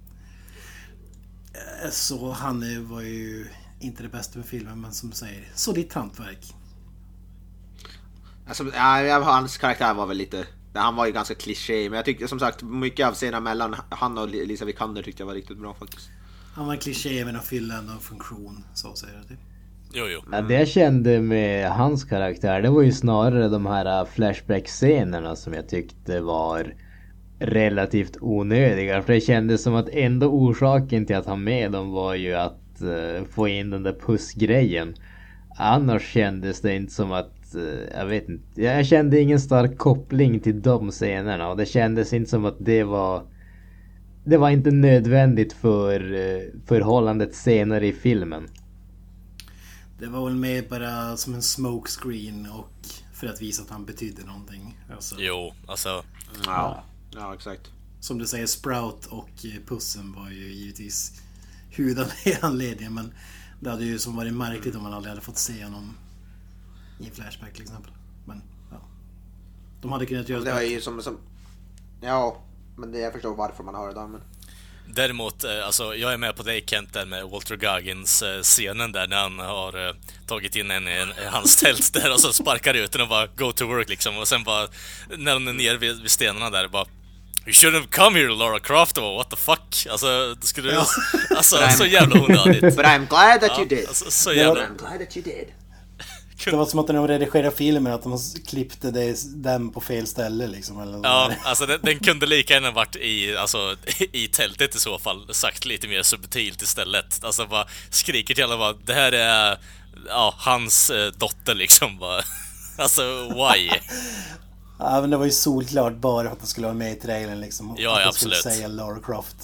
Så han var ju inte det bästa med filmen, men som du säger, så ditt hantverk. Alltså, hans karaktär var väl lite... Han var ju ganska kliché, men jag tycker som sagt mycket av scenerna mellan han och Lisa Vikander tyckte jag var riktigt bra faktiskt. Han var kliché men att fylla en funktion, så säger jag det. Jo. Ja, det jag kände med hans karaktär, det var ju snarare de här flashback-scenerna som jag tyckte var relativt onödiga. För det kändes som att enda orsaken till att ha med dem var ju att få in den där pussgrejen. Annars kändes det inte som att jag vet inte. Jag kände ingen stark koppling till de scenerna. Och det kändes inte som att det var inte nödvändigt för förhållandet senare i filmen. Det var väl mer bara som en smokescreen och för att visa att han betydde någonting. Alltså. Jo, alltså... Ja, exakt. Som du säger, Sprout och pussen var ju givetvis huvudanledningen, men det hade ju som varit märkligt om man aldrig hade fått se honom i Flashback till exempel. Men ja, de hade kunnat göra det. Det var ju som ja, men jag förstår varför man har det där, men Däremot, alltså, jag är med på dig Kent där med Walter Goggins scenen där när han har tagit in en i hans tält där och så sparkar ut den och bara go to work liksom. Och sen bara, när de är nere vid stenarna där, bara you shouldn't have come here, Lara Croft, what the fuck? Alltså, det skulle alltså, så jävla onödigt. But I'm glad that you did. Alltså, så jävla... I'm glad that you did. Det var som att när de redigerade filmen att de klippte den på fel ställe liksom, eller ja, alltså den kunde lika gärna varit i tältet i så fall, sagt lite mer subtilt istället. Alltså bara skriker till alla bara, det här är hans dotter liksom bara. Alltså why? Ja, men det var ju solklart bara för att de skulle vara med i trailern liksom. Ja, att absolut. skulle säga Lara Croft.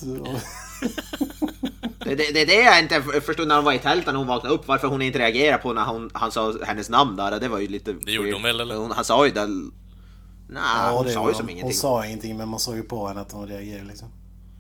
Det är det jag inte förstod när hon var i tältet, när hon vaknade upp, varför hon inte reagerade på när han sa hennes namn där. Det var ju lite... Det gjorde hon väl, eller? Han sa ju det... Nej, hon sa ju som ingenting. Hon sa ingenting, men man såg ju på henne att hon reagerade liksom.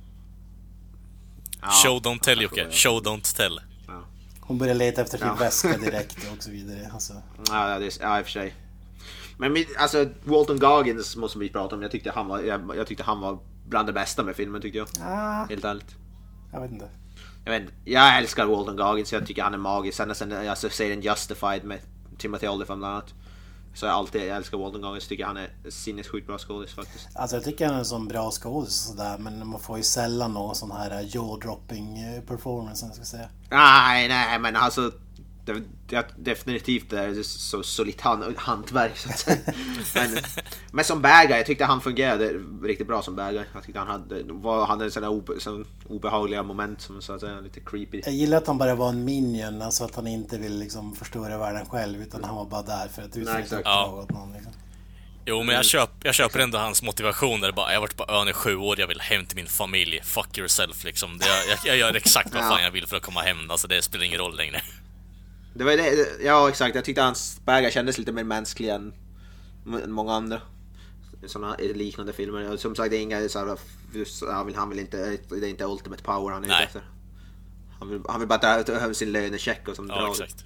Ja, show don't tell, Jocke. Show don't tell. Ja. Hon började leta efter sin väska direkt och så vidare. Alltså. Ja, i och för sig. Men alltså, Walton Goggins måste vi prata om. Jag tyckte han var bland det bästa med filmen, tyckte jag. Helt ärligt. Jag vet inte. Jag älskar Walton Goggins, jag tycker han är magisk. Sen jag ser en Justified med Timothy Olyphant bland annat. Så jag älskar Walton Goggins, tycker han är sinnessjukt bra skådis faktiskt. Alltså jag tycker han är en sån bra skådis sådär, men man får ju sällan någon sån här jaw-dropping performance, jag ska säga. Nej, men alltså definitivt är det så solitt hantverk så att säga. Men som bad guy, jag tyckte han fungerade riktigt bra som bad guy. Jag tyckte han hade sådana obehagliga moment som så att säga lite creepy. Jag gillar att han bara var en minion, alltså att han inte vill liksom förstöra världen själv, utan han var bara där för att utsätta uppdrag åt någon liksom. Jo, men jag köper ändå hans motivation där bara, jag har varit på ön i 7 år, jag vill hem till min familj, fuck yourself liksom. Jag gör exakt vad fan jag vill för att komma hem, alltså det spelar ingen roll längre. Det var det, ja exakt, jag tyckte hans bägar kändes lite mer mänsklig än många andra såna liknande filmer. Som sagt, det är inga så här, han vill inte, det är inte ultimate power han är ute efter. Han vill bara ta över sin lönecheck och som drar. Exakt.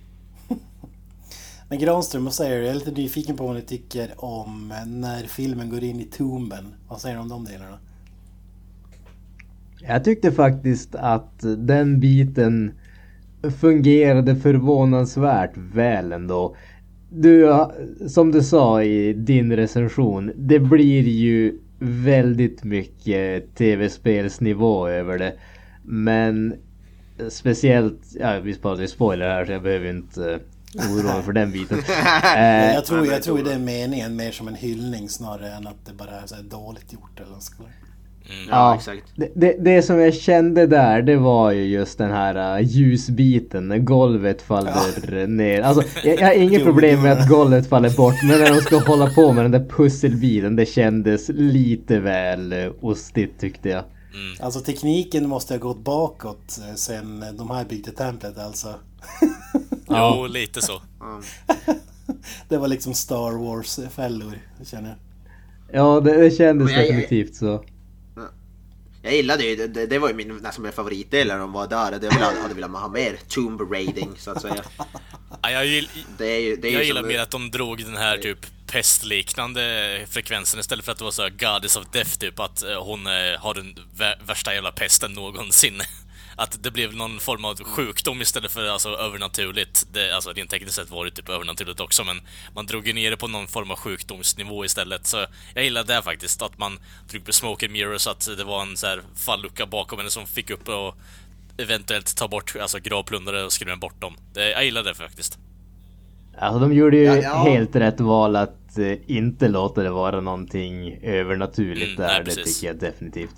Men Granström, vad säger du? Jag är lite nyfiken på vad ni tycker om när filmen går in i tomben. Vad säger du om de delarna? Jag tyckte faktiskt att den biten fungerade förvånansvärt väl ändå. Som du sa i din recension, det blir ju väldigt mycket tv-spelsnivå över det. Men speciellt, vi sparar spoiler här så jag behöver inte oroa för den biten. Jag tror det är meningen mer som en hyllning snarare än att det bara är så här dåligt gjort eller så. Ja, exakt. Det som jag kände där, det var ju just den här ljusbiten när golvet faller ner. Alltså, jag har inget problem med att golvet faller bort, men när de ska hålla på med den där pusselbiten, det kändes lite väl ostigt tyckte jag. Alltså tekniken måste ha gått bakåt sen de här byggde templet alltså. Jo, lite så. Det var liksom Star Wars-fällor, känner jag. Ja, det kändes definitivt så. Jag gillade ju, det var ju nästan min favoritdel när de var där. Jag hade velat ha mer tomb raiding så att säga. Ja, jag gillar mer som att de drog den här typ pestliknande frekvensen istället för att det var så här Goddess of Death typ, att hon har den värsta jävla pesten någonsin. Att det blev någon form av sjukdom istället för alltså övernaturligt. Alltså rent tekniskt sett var det typ övernaturligt också, men man drog ju ner det på någon form av sjukdomsnivå istället. Så jag gillade det faktiskt, att man drog på smoke and mirrors, att det var en så här fallucka bakom henne som fick upp och eventuellt ta bort alltså gravplundare och skrämma bort dem. Jag gillade det faktiskt. Alltså de gjorde ju helt rätt val att inte låta det vara någonting övernaturligt där. Nej, det tycker jag definitivt.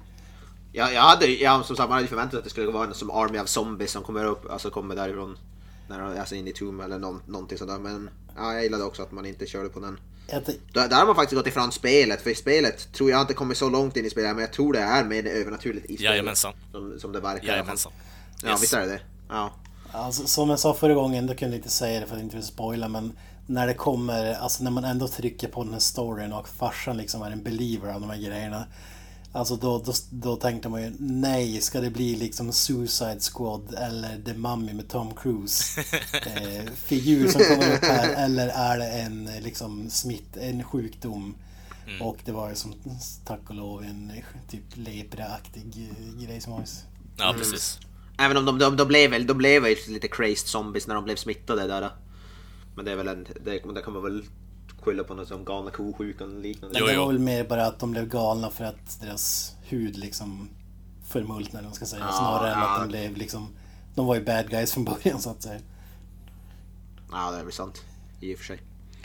Som sagt, man hade förväntat att det skulle vara en som Army of Zombies som kommer därifrån alltså in i Tomb eller någonting sådär. Men jag gillade också att man inte körde på den. Där har man faktiskt gått ifrån spelet, för i spelet tror jag inte kommer så långt in i spelet, men jag tror det är mer övernaturligt i spelet. Jajamensan. Som det verkar. Jajamensan. Ja, visst är det. Ja. Alltså, som jag sa förra gången, då kunde jag inte säga det för att inte vill spoila, men när det kommer, alltså när man ändå trycker på den här storyn och farsan liksom är en believer av de här grejerna. Alltså då tänkte man ju, nej, ska det bli liksom Suicide Squad eller The Mummy med Tom Cruise figur som kommer upp här, eller är det en liksom en sjukdom Och det var ju som tack och lov en typ lepra-aktig grej som var. Ja, precis. Även om de blev ju lite crazed zombies när de blev smittade där. Men det är väl det kan man väl skylla på något som galna kosjukan och liknande. Det var väl mer bara att de blev galna för att deras hud liksom förmultnade, man ska säga. Snarare än att de blev liksom... De var ju bad guys från början, så att säga. Ja, det är väl sant. I och för sig.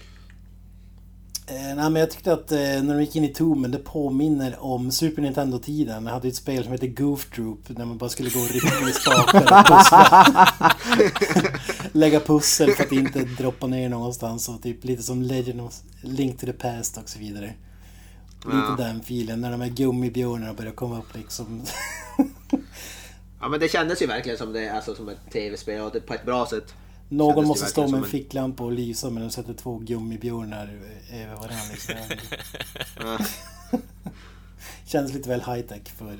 Nej, men jag tyckte att när de gick in i Tomben, det påminner om Super Nintendo-tiden. Jag hade ett spel som heter Goof Troop där man bara skulle gå och rycka i spakar och pussla. Lägga pussel för att inte droppa ner någonstans, och typ lite som Legend of Link to the Past och så vidare. Lite den filen när de här gummibjörnarna började komma upp liksom. Ja, men det kändes ju verkligen som det, alltså som ett tv-spel på ett bra sätt. Någon måste stå med en ficklampa och lysa, men de sätter 2 gummibjörnar över varandra liksom. Känns lite väl high-tech för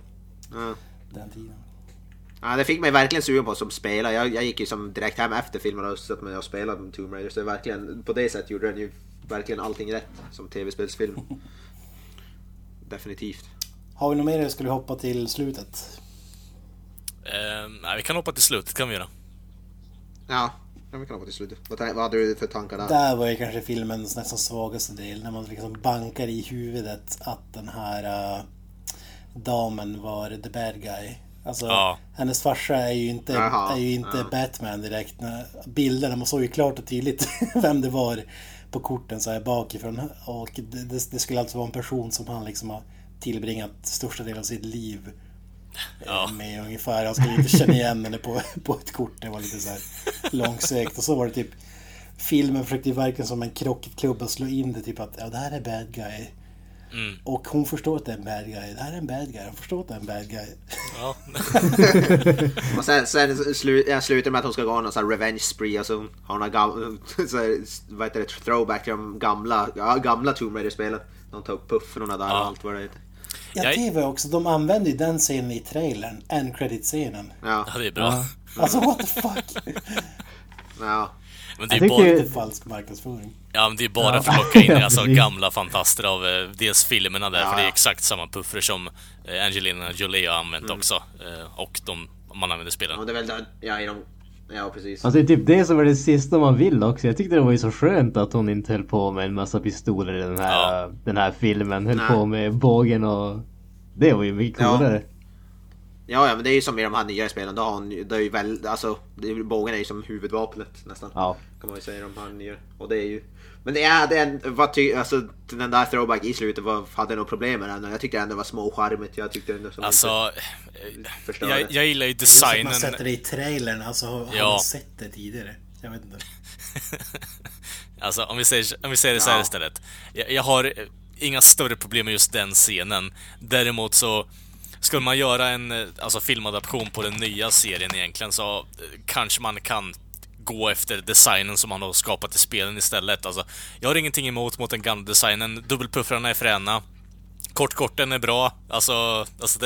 den tiden. Ja, det fick mig verkligen sugen på som spelare. Jag gick ju som direkt hem efter filmen och satt med och spelade Tomb Raider, så verkligen på det sättet gjorde den ju verkligen allting rätt som tv-spelsfilm. Definitivt. Har vi något mer, skulle vi hoppa till slutet? Nej, vi kan hoppa till slutet, kan vi göra. Ja, vi kan hoppa till slutet. Vad hade du för tankar där? Där var ju kanske filmens nästan svagaste del, när man liksom bankar i huvudet att den här damen var the bad guy. Alltså, hennes farsa är ju inte Batman direkt. Bilderna, man såg ju klart och tydligt vem det var på korten så här bakifrån, och det skulle alltså vara en person som han liksom har tillbringat största delen av sitt liv med ungefär. Han skulle inte känna igen henne på ett kort. Det var lite så här långsökt. Och så var det typ, filmen försökte verkligen som en krocketklubb att slå in det typ att det här är bad guy. Och hon förstår att det är en bad guy. Det här är en bad guy. Hon förstår att det är en bad guy. Ja. Och sen slutar med att hon ska gå någon sån här revenge spree, och så har hon vad heter det, throwback till de gamla Tomb Raider-spelen. De tar upp puffrorna där och allt vad det heter. Ja, det var också, de använde ju den scenen i trailern, end credit-scenen. Ja, det är bra. Alltså, what the fuck? Ja. Men det är bara lite falsk marknadsföring. Ja, men det är bara för att locka in alltså gamla fantaster av dels filmerna där, för det är exakt samma puffrar som Angelina Jolie har använt också, och man använder spelen. Ja, det är väl där, ja, precis. Alltså typ det som är det sista man vill också. Jag tyckte det var ju så skönt att hon inte höll på med en massa pistoler i den här filmen. Höll på med bågen, och det var ju mycket coolare. Ja, men det är ju som i de här nya spelen. Det är ju väl, alltså, bågen är ju som huvudvapnet nästan. Ja. Kan man ju säga, de här nya. Och det är ju, men alltså den där throwback i slutet hade nog problem med den. Jag tyckte ändå var småcharmigt. Jag tyckte ändå som alltså jag gillar ju designen. Man sätter det i trailern, alltså har man sett det tidigare? Jag vet inte. Alltså om vi säger det så här istället. Jag har inga större problem med just den scenen. Däremot så skulle man göra en filmadaption på den nya serien egentligen, så kanske man kan gå efter designen som man har skapat i spelen istället. Alltså, jag har ingenting emot den gamla designen. Dubbelpuffrarna är fräna. Korten är bra. Alltså det...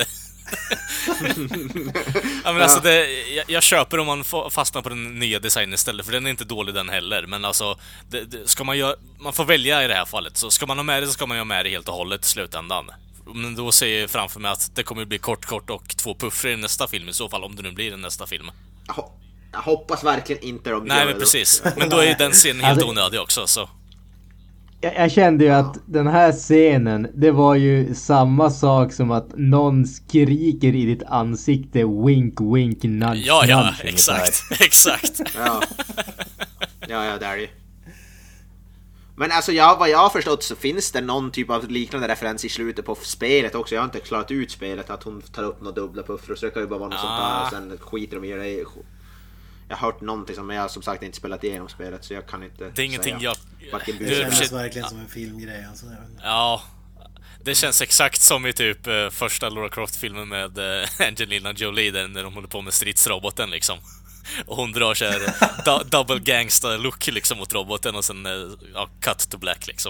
ja, men alltså jag köper om man fastnar på den nya designen istället, för den är inte dålig den heller. Men alltså, ska man får välja i det här fallet. Så ska man ha med det, så ska man ha med det helt och hållet i slutändan. Men då ser jag framför mig att det kommer bli kort och 2 puffrar i nästa film i så fall, om det nu blir en nästa film. Jag hoppas verkligen inte de Nej, men precis. Men då är ju den scenen helt onödig också, så. Jag kände ju att den här scenen, det var ju samma sak som att någon skriker i ditt ansikte, wink, wink, nudge. Ja, exakt. Ja, det är det. Men alltså vad jag har förstått så finns det någon typ av liknande referens i slutet på spelet också. Jag har inte klarat ut spelet, att hon tar upp några dubbla puffar, och så det kan ju bara vara något sånt där, och sen skiter de i det. Jag har hört någonting som jag som sagt inte spelat igenom spelet, så jag kan inte. Det är ingenting det känns verkligen som en filmgrej alltså. Ja, det känns exakt som i typ första Lara Croft-filmen med Angelina Jolie, där när de håller på med stridsroboten liksom. Och hon drar så här double gangster look liksom mot roboten, och sen cut to black liksom.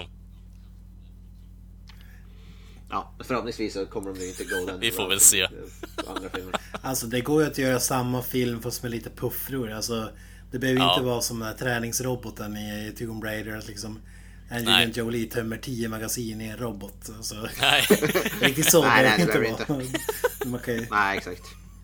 Ja, förhoppningsvis så kommer de inte gå den. Vi får väl se. Andra filmer. Alltså det går ju att göra samma film fast med lite puffror. Alltså det behöver inte vara som den här träningsroboten i Tomb Raider liksom. Angelina Jolie tömmer 10 magasin i en robot. Alltså, Nej. riktigt så Nej, det det inte behöver vara. Man kan ju... Nej, exakt.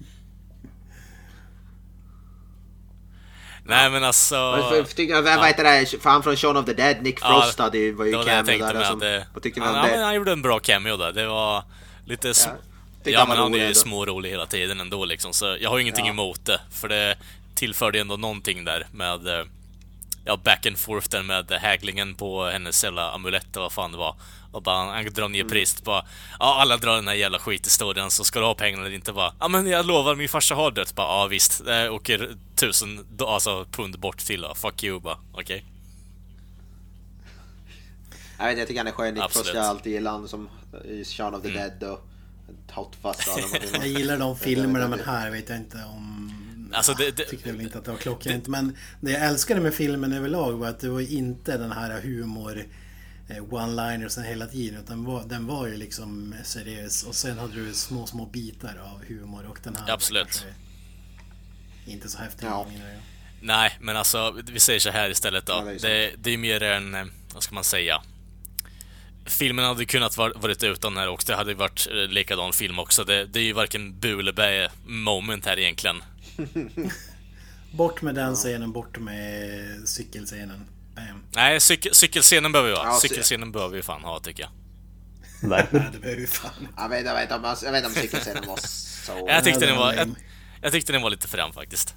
Nej, men alltså... Vad heter det? Fan från Shaun of the Dead, Nick Frost var ju det var det jag tänkte med att vad tyckte ni om det? men han gjorde en bra cameo där. Det var lite... Ja, men han är ju smårolig hela tiden ändå liksom. Så jag har ingenting emot det. För det tillförde ändå någonting där med... back and forth där med häglingen på hennes jävla amulett och vad fan det var. Och bara han drar ner priset på alla drar den här jävla skithistorien, så ska du ha pengarna eller inte, bara men jag lovar, min farsa har dött. Bara visst, det åker 1000 pund bort till fuck you, bara okej. Jag tycker han är skön. Nick Frost, jag alltid gillar han som i Shaun of the Dead och Hot Fuzz och jag gillar de filmerna, men här vet jag inte om... Alltså tyckte väl inte att det var klockrent, men det jag älskade med filmen överlag var att det var inte den här humor one-liners hela tiden, utan den var ju liksom seriös, och sen hade du små bitar av humor, och den här absolut inte så häftig. Nej, men alltså vi säger så här istället då. Det är mer en, vad ska man säga, filmen hade kunnat varit utan här, och det hade varit likadan film också. Det är ju varken bu eller bä moment här egentligen. Bort med den scenen, bort med cykelscenen. Bam. Nej, cykelscenen behöver vi ha. Cykelscenen behöver vi fan ha, tycker jag. Nej, det behöver vi fan. Jag vet inte om cykelscenen var så... Jag tyckte den var lite fram faktiskt.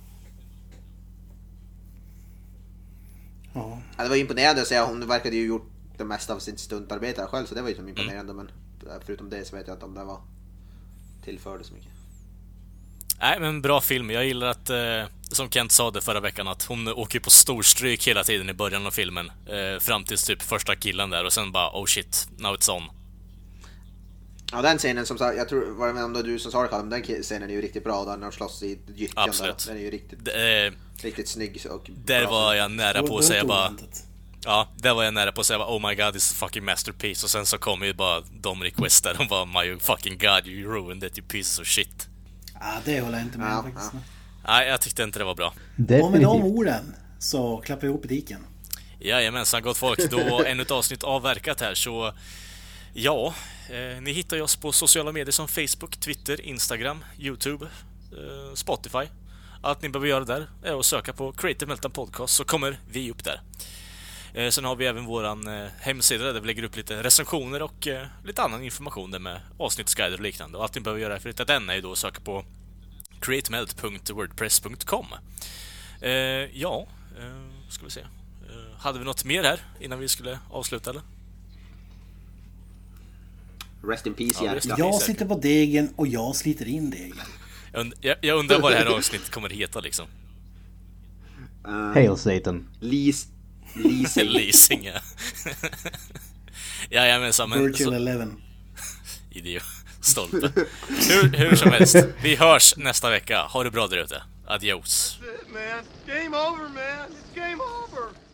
Ja, det var imponerande att se. Hon verkade ju gjort det mesta av sitt stuntarbete själv, så det var ju som imponerande, men förutom det så vet jag inte om det var tillförde så mycket. Nej, men bra film. Jag gillar att, som Kent sa det förra veckan, att hon åker på storstryk hela tiden i början av filmen, fram till typ första killen där, och sen bara oh shit, now it's on. Ja, den scenen som sagt, jag tror, var det om det du som sa det, Carl, men den scenen är ju riktigt bra där när de slåss i gyttjan. Absolut. Den är ju riktigt snygg och där bra. Var jag nära på att säga bara... Ja, där var jag nära på att säga oh my god, this is a fucking masterpiece, och sen så kom ju bara Dominic West där och bara my fucking god, you ruined it, you pieces of shit. Ja, det håller jag inte med faktiskt. Nej, jag tyckte inte det var bra. Och med de orden så klappar jag ihop i diken. Jajamensan, gott folk. Då ännu ett avsnitt avverkat här, så ja, ni hittar oss på sociala medier som Facebook, Twitter, Instagram, YouTube, Spotify. Allt ni behöver göra där är att söka på Creative Meltdown Podcast, så kommer vi upp där. Sen har vi även våran hemsida där vi lägger upp lite recensioner och lite annan information där med avsnittsguider och liknande. Och allt ni behöver göra för att hitta den är ju då att söka på createmelt.wordpress.com. Ska vi se. Hade vi något mer här innan vi skulle avsluta, eller? Rest in peace, jag sitter på degen och jag sliter in degen. Jag undrar vad det här avsnittet kommer heta liksom. Hail Satan. Leasing, ja. Jajamensan, men... Virtual 11. Idiot. Stolpe. Hur som helst, vi hörs nästa vecka. Ha det bra där ute. Adios. That's it, man. Game over, man. It's game over.